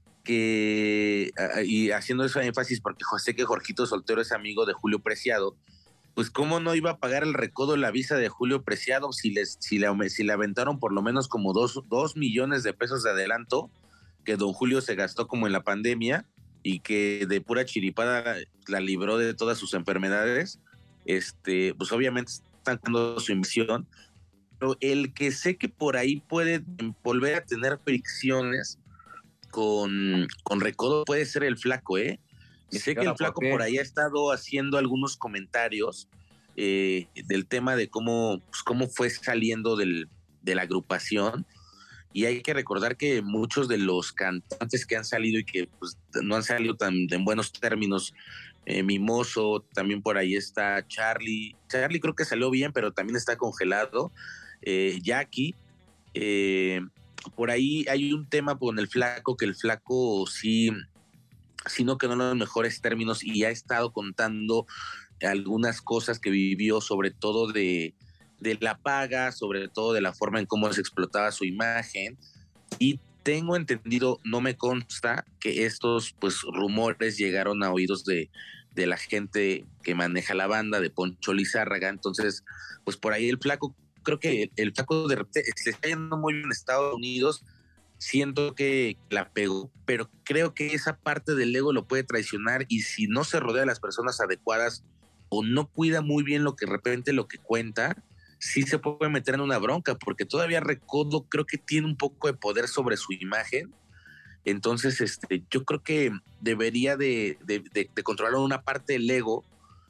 y haciendo eso énfasis porque sé que Jorgito Soltero es amigo de Julio Preciado, pues cómo no iba a pagar el recodo la visa de Julio Preciado si le aventaron por lo menos como 2 millones de pesos de adelanto que don Julio se gastó como en la pandemia y que de pura chiripada la libró de todas sus enfermedades. Pues obviamente están dando su inversión, pero el que sé que por ahí puede volver a tener fricciones con Recodo puede ser el Flaco, ¿eh? Sé que el Flaco por ahí ha estado haciendo algunos comentarios del tema de cómo fue saliendo de la agrupación, y hay que recordar que muchos de los cantantes que han salido y que pues, no han salido tan en buenos términos, Mimoso, también por ahí está Charlie creo que salió bien, pero también está congelado, Jackie, por ahí hay un tema con el Flaco, que el Flaco sí no quedó en los mejores términos y ha estado contando algunas cosas que vivió, sobre todo de la paga, sobre todo de la forma en cómo se explotaba su imagen, y tengo entendido, no me consta, que estos pues rumores llegaron a oídos de la gente que maneja la banda, de Poncho Lizárraga. Entonces pues por ahí el Flaco, creo que el Flaco de repente se está yendo muy bien en Estados Unidos, siento que la pegó, pero creo que esa parte del ego lo puede traicionar, y si no se rodea de las personas adecuadas o no cuida muy bien lo que de repente lo que cuenta, sí se puede meter en una bronca, porque todavía Recodo creo que tiene un poco de poder sobre su imagen. Entonces, yo creo que debería de controlar una parte del ego,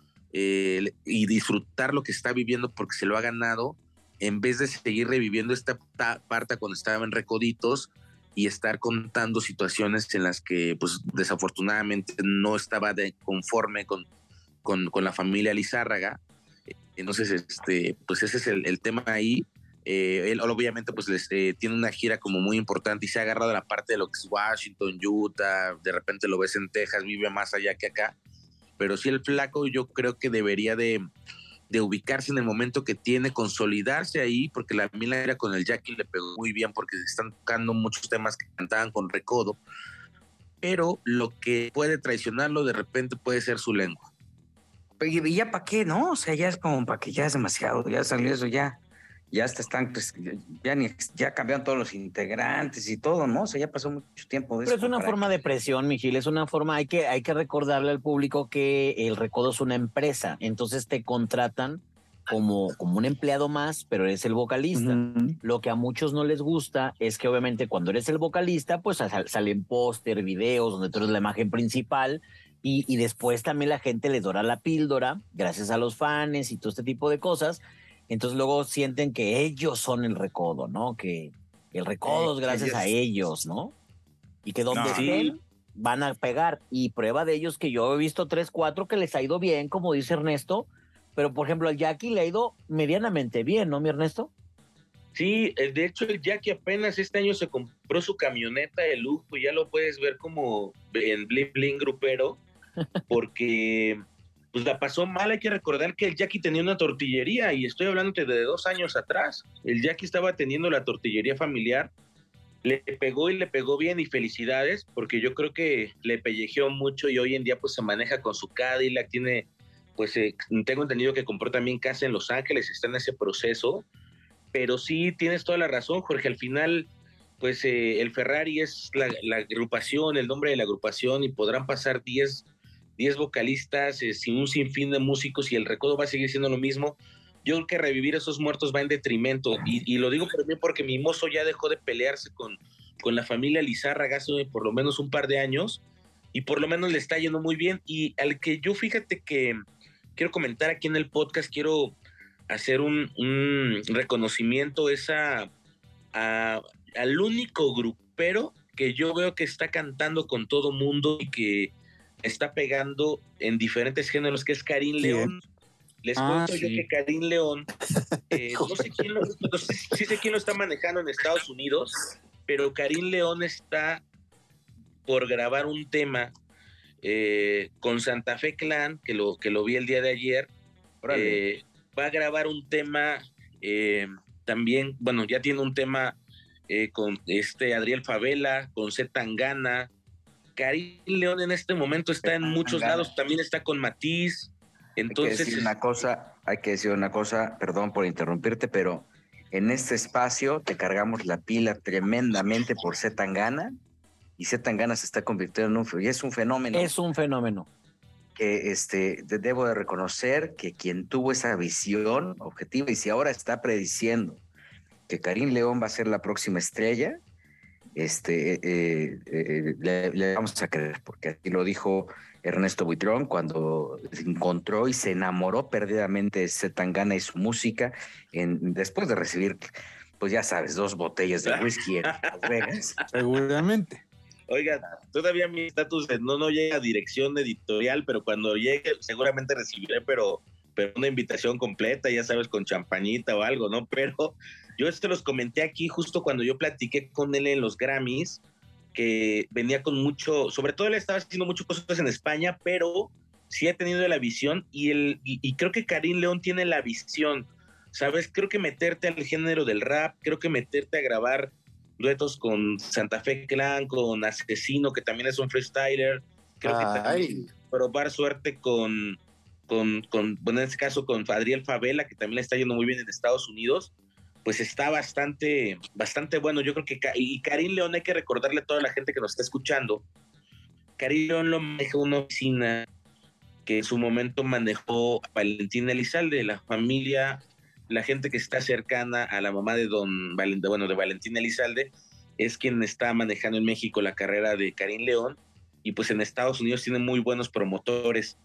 y disfrutar lo que está viviendo porque se lo ha ganado, en vez de seguir reviviendo esta parte cuando estaba en Recoditos y estar contando situaciones en las que pues desafortunadamente no estaba conforme con la familia Lizárraga. Entonces, pues ese es el tema ahí. Él obviamente pues tiene una gira como muy importante y se ha agarrado a la parte de lo que es Washington, Utah, de repente lo ves en Texas, vive más allá que acá, pero sí el flaco yo creo que debería de ubicarse en el momento que tiene, consolidarse ahí, porque la gira con el Jackie le pegó muy bien porque están tocando muchos temas que cantaban con Recodo, pero lo que puede traicionarlo de repente puede ser su lengua. Y ya para qué, ¿no? O sea, ya es como para que ya es demasiado, ya salió eso, ya hasta están, pues, ya cambiaron todos los integrantes y todo, ¿no? O sea, ya pasó mucho tiempo de Pero eso. es una forma de presión, mi Gil, es una forma, hay que recordarle al público que el Recodo es una empresa, entonces te contratan como un empleado más, pero eres el vocalista. Lo que a muchos no les gusta es que obviamente cuando eres el vocalista, pues salen póster, videos, donde tú eres la imagen principal, y después también la gente les dora la píldora, gracias a los fans y todo este tipo de cosas. Entonces luego sienten que ellos son el Recodo, ¿no? Que el Recodo es gracias a ellos, ¿no? Y que donde estén van a pegar. Y prueba de ellos que yo he visto 3, 4 que les ha ido bien, como dice Ernesto. Pero, por ejemplo, al Jackie le ha ido medianamente bien, ¿no, mi Ernesto? Sí, de hecho el Jackie apenas este año se compró su camioneta de lujo, y ya lo puedes ver como en Bling Bling Grupero, porque pues la pasó mal. Hay que recordar que el Jackie tenía una tortillería, y estoy hablando de 2 años atrás. El Jackie estaba teniendo la tortillería familiar, le pegó y le pegó bien, y felicidades, porque yo creo que le pellejeó mucho y hoy en día pues se maneja con su Cadillac, tiene, pues tengo entendido que compró también casa en Los Ángeles, está en ese proceso. Pero sí, tienes toda la razón, Jorge, al final pues el Ferrari es la agrupación, el nombre de la agrupación, y podrán pasar 10 vocalistas, sin un sinfín de músicos, y el Recodo va a seguir siendo lo mismo. Yo creo que revivir esos muertos va en detrimento, y lo digo por mí porque mi mozo ya dejó de pelearse con la familia Lizárraga hace por lo menos un par de años, y por lo menos le está yendo muy bien. Y al que yo, fíjate que quiero comentar aquí en el podcast, quiero hacer un reconocimiento al único grupero que yo veo que está cantando con todo mundo y que está pegando en diferentes géneros, que es Karim León. Les cuento yo que Karim León, no sé quién lo está manejando en Estados Unidos, pero Karim León está por grabar un tema con Santa Fe Clan, que lo vi el día de ayer. Va a grabar un tema también, bueno, ya tiene un tema con Adriel Favela, con Z Tangana. Karim León en este momento está en muchos lados, también está con Matiz. Entonces, hay que decir una cosa, perdón por interrumpirte, pero en este espacio te cargamos la pila tremendamente por Z Tangana, y Z Tangana se está convirtiendo en es un fenómeno. Es un fenómeno. Que debo de reconocer que quien tuvo esa visión objetiva, y si ahora está prediciendo que Karim León va a ser la próxima estrella, le vamos a creer, porque aquí lo dijo Ernesto Buitrón cuando encontró y se enamoró perdidamente de Z Tangana y su música, después de recibir, pues ya sabes, 2 botellas de whisky en Las Vegas. Seguramente. Oiga, todavía mi estatus no llega a dirección editorial, pero cuando llegue seguramente recibiré, pero una invitación completa, ya sabes, con champañita o algo, ¿no? Pero yo los comenté aquí justo cuando yo platiqué con él en los Grammys, que venía con mucho, sobre todo él estaba haciendo muchas cosas en España, pero sí ha tenido la visión, y creo que Karim León tiene la visión, ¿sabes? Creo que meterte al género del rap, creo que meterte a grabar duetos con Santa Fe Clan, con Asesino, que también es un freestyler, creo que también probar suerte bueno, en este caso con Adriel Favela, que también le está yendo muy bien en Estados Unidos. pues está bastante bueno. Yo creo que y Karim León, hay que recordarle a toda la gente que nos está escuchando, Karim León lo maneja una oficina que en su momento manejó Valentín Elizalde, la familia, la gente que está cercana a la mamá de de Valentín Elizalde, es quien está manejando en México la carrera de Karim León, y pues en Estados Unidos tiene muy buenos promotores.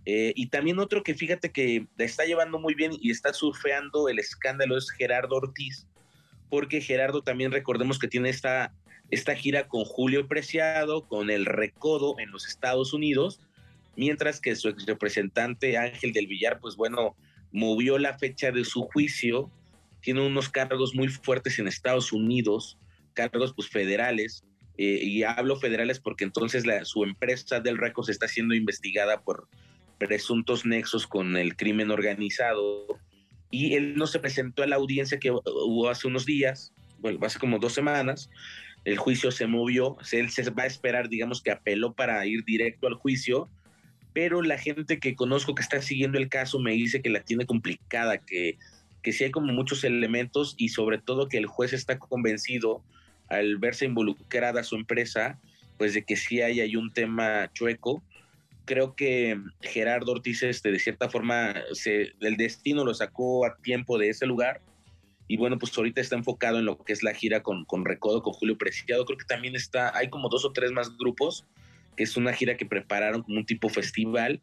Y también otro que fíjate que la está llevando muy bien y está surfeando el escándalo es Gerardo Ortiz, porque Gerardo también recordemos que tiene esta gira con Julio Preciado, con El Recodo en los Estados Unidos, mientras que su ex representante Ángel del Villar, pues bueno, movió la fecha de su juicio, tiene unos cargos muy fuertes en Estados Unidos, cargos pues federales, y hablo federales porque entonces su empresa del Recodo está siendo investigada por presuntos nexos con el crimen organizado, y él no se presentó a la audiencia que hubo hace unos días, bueno, hace como 2 semanas. El juicio se movió, él se va a esperar, digamos que apeló para ir directo al juicio, pero la gente que conozco que está siguiendo el caso me dice que la tiene complicada, que sí hay como muchos elementos, y sobre todo que el juez está convencido, al verse involucrada su empresa, pues de que sí hay ahí un tema chueco. Creo que Gerardo Ortiz, de cierta forma, el destino lo sacó a tiempo de ese lugar, y bueno, pues ahorita está enfocado en lo que es la gira con Recodo, con Julio Preciado. Creo que también hay como 2 o 3 más grupos, que es una gira que prepararon como un tipo festival.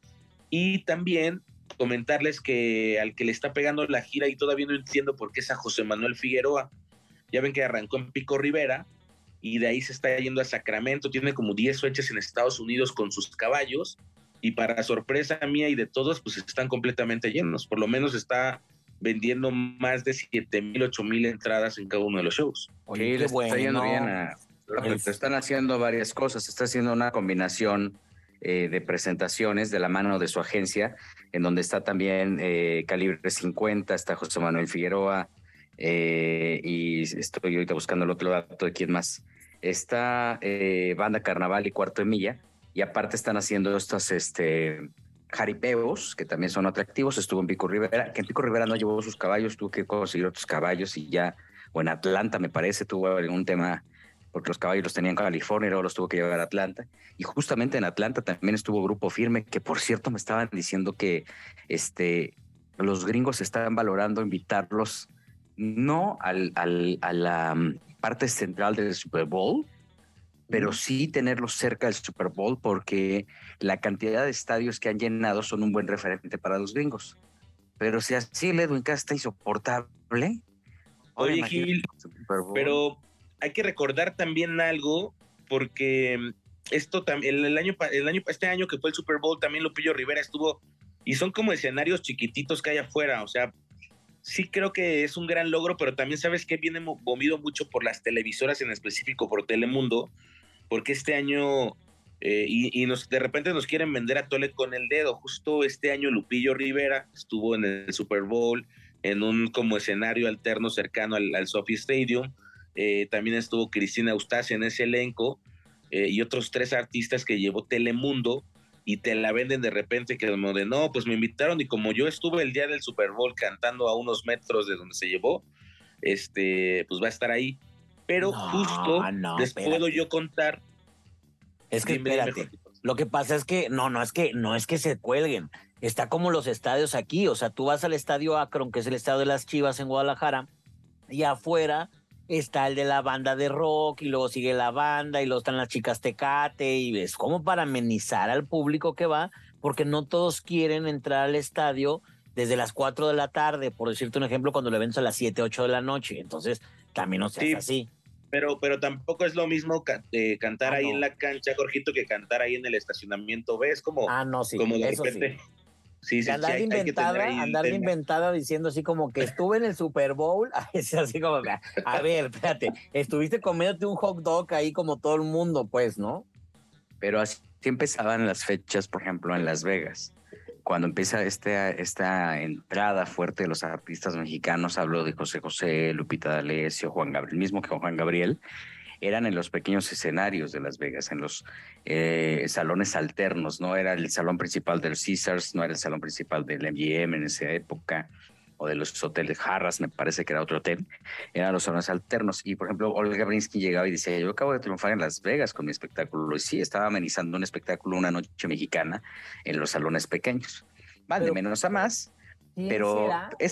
Y también comentarles que al que le está pegando la gira, y todavía no entiendo por qué, es a José Manuel Figueroa. Ya ven que arrancó en Pico Rivera y de ahí se está yendo a Sacramento, tiene como 10 fechas en Estados Unidos con sus caballos, y para sorpresa mía y de todos, pues están completamente llenos. Por lo menos está vendiendo más de 7,000, 8,000 entradas en cada uno de los shows. Oye, sí, les está yendo bien. Están haciendo varias cosas, está haciendo una combinación de presentaciones de la mano de su agencia, en donde está también Calibre 50, está José Manuel Figueroa, y estoy ahorita buscando el otro dato de quién más. Está Banda Carnaval y Cuarto de Milla, y aparte están haciendo estos jaripeos, que también son atractivos. Estuvo en Pico Rivera, que en Pico Rivera no llevó sus caballos, tuvo que conseguir otros caballos, y ya, o en Atlanta me parece, tuvo algún tema, porque los caballos los tenían en California y luego los tuvo que llevar a Atlanta. Y justamente en Atlanta también estuvo Grupo Firme, que por cierto me estaban diciendo que los gringos están valorando invitarlos no a la parte central del Super Bowl, pero sí tenerlos cerca del Super Bowl, porque la cantidad de estadios que han llenado son un buen referente para los gringos. Pero si así el Edwin Casa está insoportable. Oye, Gil, pero hay que recordar también algo, porque este año que fue el Super Bowl, también Lupillo Rivera estuvo, y son como escenarios chiquititos que hay afuera. O sea, sí creo que es un gran logro, pero también sabes que viene movido mucho por las televisoras, en específico por Telemundo, porque este año de repente nos quieren vender a tole con el dedo. Justo este año Lupillo Rivera estuvo en el Super Bowl en un como escenario alterno cercano al SoFi Stadium. También estuvo Cristina Eustacia en ese elenco, y otros 3 artistas que llevó Telemundo, y te la venden de repente que como de no, pues me invitaron, y como yo estuve el día del Super Bowl cantando a unos metros de donde se llevó, pues va a estar ahí. Pero justo les puedo yo contar. Es que espérate, lo que pasa es que no es que se cuelguen. Está como los estadios aquí, o sea, tú vas al estadio Akron, que es el estadio de las Chivas en Guadalajara, y afuera está el de la banda de rock, y luego sigue la banda, y luego están las chicas Tecate, y es como para amenizar al público que va, porque no todos quieren entrar al estadio desde las 4 de la tarde, por decirte un ejemplo, cuando el evento es a las 7, 8 de la noche. Entonces, también no seas así. Pero tampoco es lo mismo cantar ahí en la cancha, Jorgito, que cantar ahí en el estacionamiento. ¿Ves? Como, como de repente. Sí, andar de inventada diciendo así como que estuve en el Super Bowl, es así como, a ver, espérate, estuviste comiéndote un hot dog ahí como todo el mundo, pues, ¿no? Pero así empezaban las fechas, por ejemplo, en Las Vegas. Cuando empieza esta entrada fuerte de los artistas mexicanos, hablo de José José, Lupita D'Alessio, Juan Gabriel, mismo que Juan Gabriel, eran en los pequeños escenarios de Las Vegas, en los salones alternos. No era el salón principal del Caesars, no era el salón principal del MGM en esa época. o de los hoteles Harrah's, me parece que era otro hotel, eran los salones alternos. Y por ejemplo, Olga Brinsky llegaba y decía, yo acabo de triunfar en Las Vegas con mi espectáculo. Y sí, estaba amenizando un espectáculo, una noche mexicana, en los salones pequeños. Van de menos a más, pero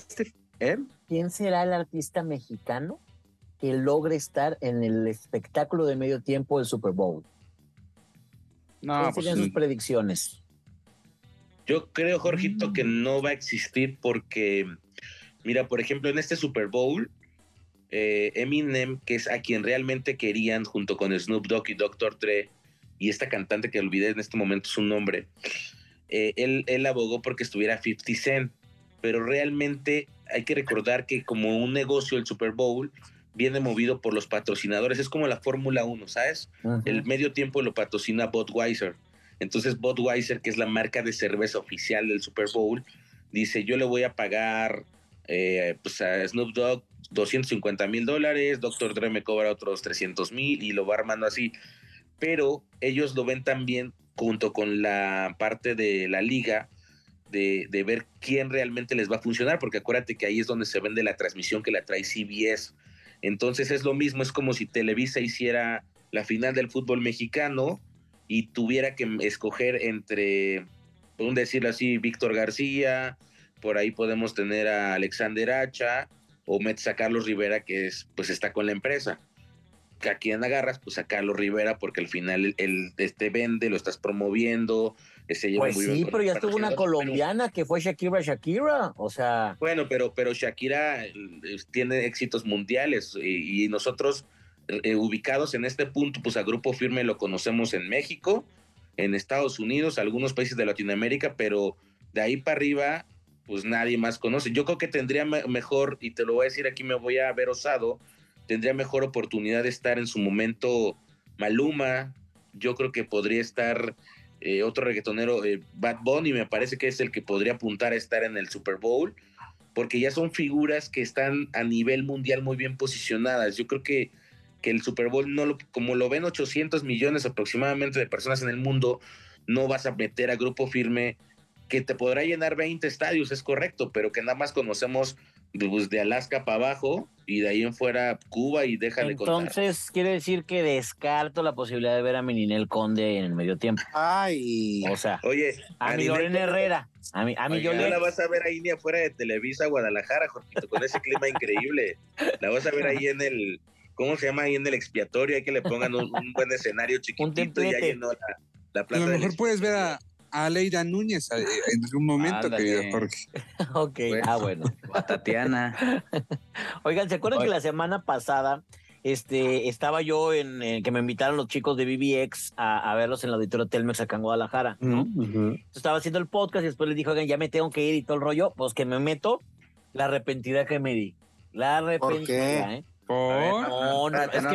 ¿Quién será el artista mexicano que logre estar en el espectáculo de medio tiempo del Super Bowl? ¿Cuáles serían sus predicciones? Yo creo, Jorgito, que no va a existir porque, mira, por ejemplo, en este Super Bowl, Eminem, que es a quien realmente querían, junto con Snoop Dogg y Dr. Dre, y esta cantante que olvidé en este momento su nombre, él abogó porque estuviera 50 Cent, pero realmente hay que recordar que como un negocio el Super Bowl viene movido por los patrocinadores, es como la Fórmula 1, ¿sabes? Uh-huh. El medio tiempo lo patrocina Budweiser. Entonces Budweiser, que es la marca de cerveza oficial del Super Bowl, dice, yo le voy a pagar pues a Snoop Dogg $250,000, Dr. Dre me cobra otros 300,000 y lo va armando así. Pero ellos lo ven también junto con la parte de la liga de ver quién realmente les va a funcionar, porque acuérdate que ahí es donde se vende la transmisión que la trae CBS. Entonces es lo mismo, es como si Televisa hiciera la final del fútbol mexicano y tuviera que escoger entre, por decirlo así, Víctor García, por ahí podemos tener a Alexander Hacha, o metes a Carlos Rivera, que pues está con la empresa. ¿A quién agarras? Pues a Carlos Rivera, porque al final él vende, lo estás promoviendo. Se lleva pues muy sí, bien pero ya estuvo una colombiana que fue Shakira, o sea... Bueno, pero Shakira tiene éxitos mundiales y nosotros... ubicados en este punto, pues a Grupo Firme lo conocemos en México, en Estados Unidos, algunos países de Latinoamérica, pero de ahí para arriba, pues nadie más conoce. Yo creo que tendría mejor, y te lo voy a decir aquí, me voy a ver osado, tendría mejor oportunidad de estar en su momento Maluma. Yo creo que podría estar otro reggaetonero, Bad Bunny, me parece que es el que podría apuntar a estar en el Super Bowl, porque ya son figuras que están a nivel mundial muy bien posicionadas. Yo creo que el Super Bowl, como lo ven 800 millones aproximadamente de personas en el mundo, no vas a meter a Grupo Firme, que te podrá llenar 20 estadios, es correcto, pero que nada más conocemos pues, de Alaska para abajo y de ahí en fuera Cuba y déjale contar. Entonces, quiere decir que descarto la posibilidad de ver a mi Ninel Conde en el medio tiempo. Ay. O sea, oye, a mi Lorena Herrera. A mi Yolette. La vas a ver ahí ni afuera de Televisa, Guadalajara, Jorgito, con ese clima increíble. La vas a ver ahí en el... ¿Cómo se llama ahí en el expiatorio? Hay que le pongan un buen escenario chiquitito y ahí llenó la plaza. A lo mejor puedes ver a Leida Núñez en algún momento, querido Jorge. Ok, bueno. A Tatiana. Oigan, ¿se acuerdan que la semana pasada estaba yo que me invitaron los chicos de BBX a verlos en el auditorio Telmex acá en Guadalajara, ¿no? Uh-huh. Estaba haciendo el podcast y después les dije, oigan, ya me tengo que ir y todo el rollo. Pues que me meto, la arrepentida que me di. La arrepentida, ¿eh? No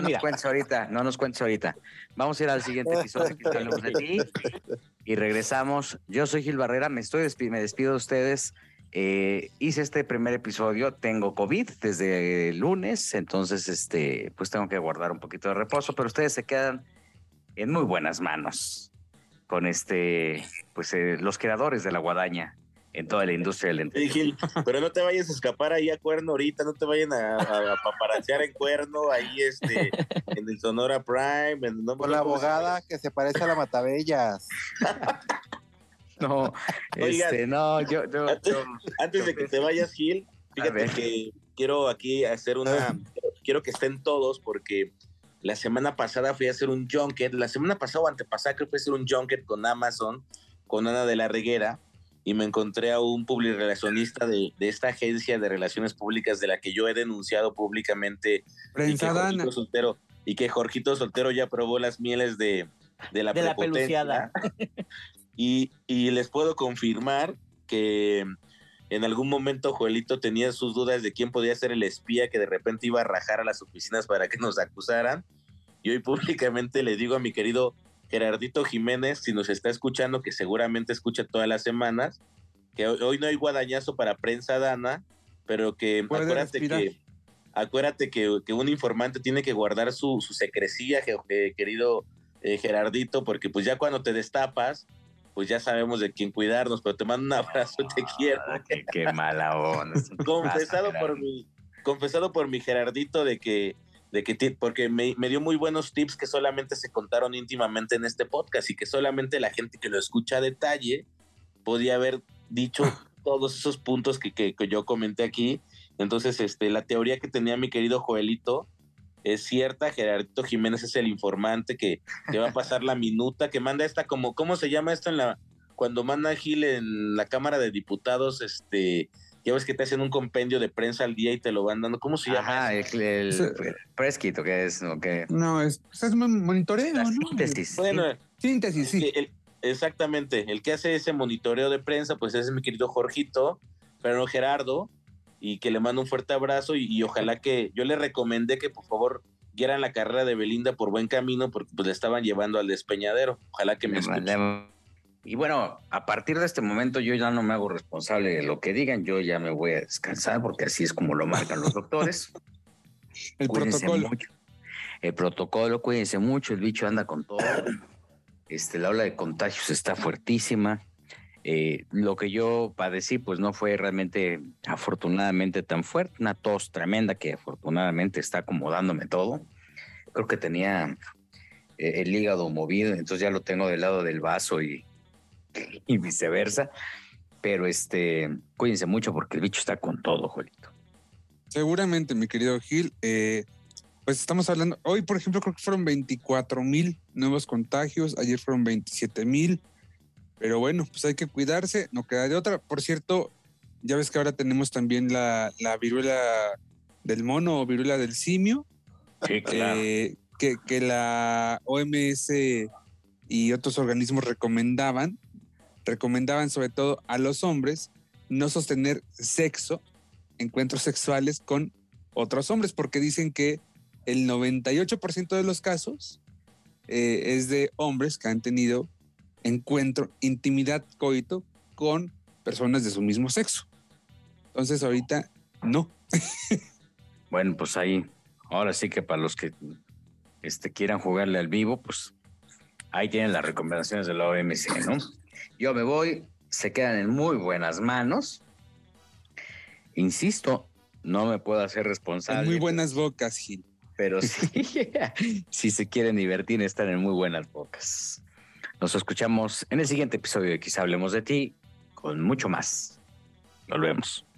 nos cuentes ahorita. Vamos a ir al siguiente episodio que hablamos de ti y regresamos. Yo soy Gil Barrera, me despido de ustedes. Hice este primer episodio, tengo COVID desde el lunes, entonces pues tengo que guardar un poquito de reposo, pero ustedes se quedan en muy buenas manos con los creadores de la guadaña en toda la industria del entretenimiento. Sí, Gil, pero no te vayas a escapar ahí a Cuerno ahorita, no te vayan a paparazziar en Cuerno, ahí en el Sonora Prime. Con la abogada que se parece a la Matabellas. No, oigan, no, yo antes de que te vayas, Gil, fíjate que quiero aquí hacer quiero que estén todos, porque la semana pasada fui a hacer un junket, la semana pasada o antepasada creo que fui a hacer un junket con Amazon, con Ana de la Reguera, y me encontré a un publirelacionista de esta agencia de relaciones públicas de la que yo he denunciado públicamente, y que Jorgito Soltero ya probó las mieles de la peluciada. y les puedo confirmar que en algún momento Joelito tenía sus dudas de quién podía ser el espía que de repente iba a rajar a las oficinas para que nos acusaran, y hoy públicamente le digo a mi querido Gerardito Jiménez, si nos está escuchando, que seguramente escucha todas las semanas, que hoy no hay guadañazo para Prensa Dana, pero que acuérdate que un informante tiene que guardar su secrecía, querido Gerardito, porque pues ya cuando te destapas, pues ya sabemos de quién cuidarnos, pero te mando un abrazo, te quiero. Qué mala onda. Confesado por mi Gerardito porque me dio muy buenos tips que solamente se contaron íntimamente en este podcast y que solamente la gente que lo escucha a detalle podía haber dicho todos esos puntos que yo comenté aquí. Entonces, la teoría que tenía mi querido Joelito es cierta. Gerardito Jiménez es el informante que va a pasar la minuta, que manda esta como, ¿cómo se llama esto cuando manda Gil en la Cámara de Diputados, ya ves que te hacen un compendio de prensa al día y te lo van dando? ¿Cómo se llama? Ajá, el press kit, ¿qué es? ¿No? ¿Qué? No, es monitoreo, La ¿no? síntesis. Bueno, síntesis, sí. Exactamente, el que hace ese monitoreo de prensa, pues es mi querido Jorgito, pero no Gerardo, y que le mando un fuerte abrazo y ojalá que yo le recomendé que por favor guiaran la carrera de Belinda por buen camino porque pues le estaban llevando al despeñadero. Ojalá que me escuche. Y bueno, a partir de este momento yo ya no me hago responsable de lo que digan, yo ya me voy a descansar porque así es como lo marcan los doctores. El protocolo. Mucho. El protocolo, cuídense mucho, el bicho anda con todo. La ola de contagios está fuertísima. Lo que yo padecí, pues no fue realmente, afortunadamente, tan fuerte. Una tos tremenda que afortunadamente está acomodándome todo. Creo que tenía el hígado movido, entonces ya lo tengo del lado del vaso y viceversa. Pero cuídense mucho porque el bicho está con todo, Juelito. Seguramente, mi querido Gil. Pues estamos hablando, hoy por ejemplo creo que fueron 24,000 nuevos contagios, ayer fueron 27,000, pero bueno, pues hay que cuidarse, no queda de otra. Por cierto, ya ves que ahora tenemos también la viruela del mono o viruela del simio. Sí, claro. Que la OMS y otros organismos recomendaban sobre todo a los hombres no sostener encuentros sexuales con otros hombres, porque dicen que el 98% de los casos es de hombres que han tenido intimidad, coito con personas de su mismo sexo. Entonces ahorita no. Bueno, pues ahora sí que para los que quieran jugarle al vivo, pues ahí tienen las recomendaciones de la OMS, ¿no? Yo me voy, se quedan en muy buenas manos. Insisto, no me puedo hacer responsable. En muy buenas bocas, Gil. Pero sí, si se quieren divertir, están en muy buenas bocas. Nos escuchamos en el siguiente episodio de Quizá Hablemos de Ti, con mucho más. Nos vemos.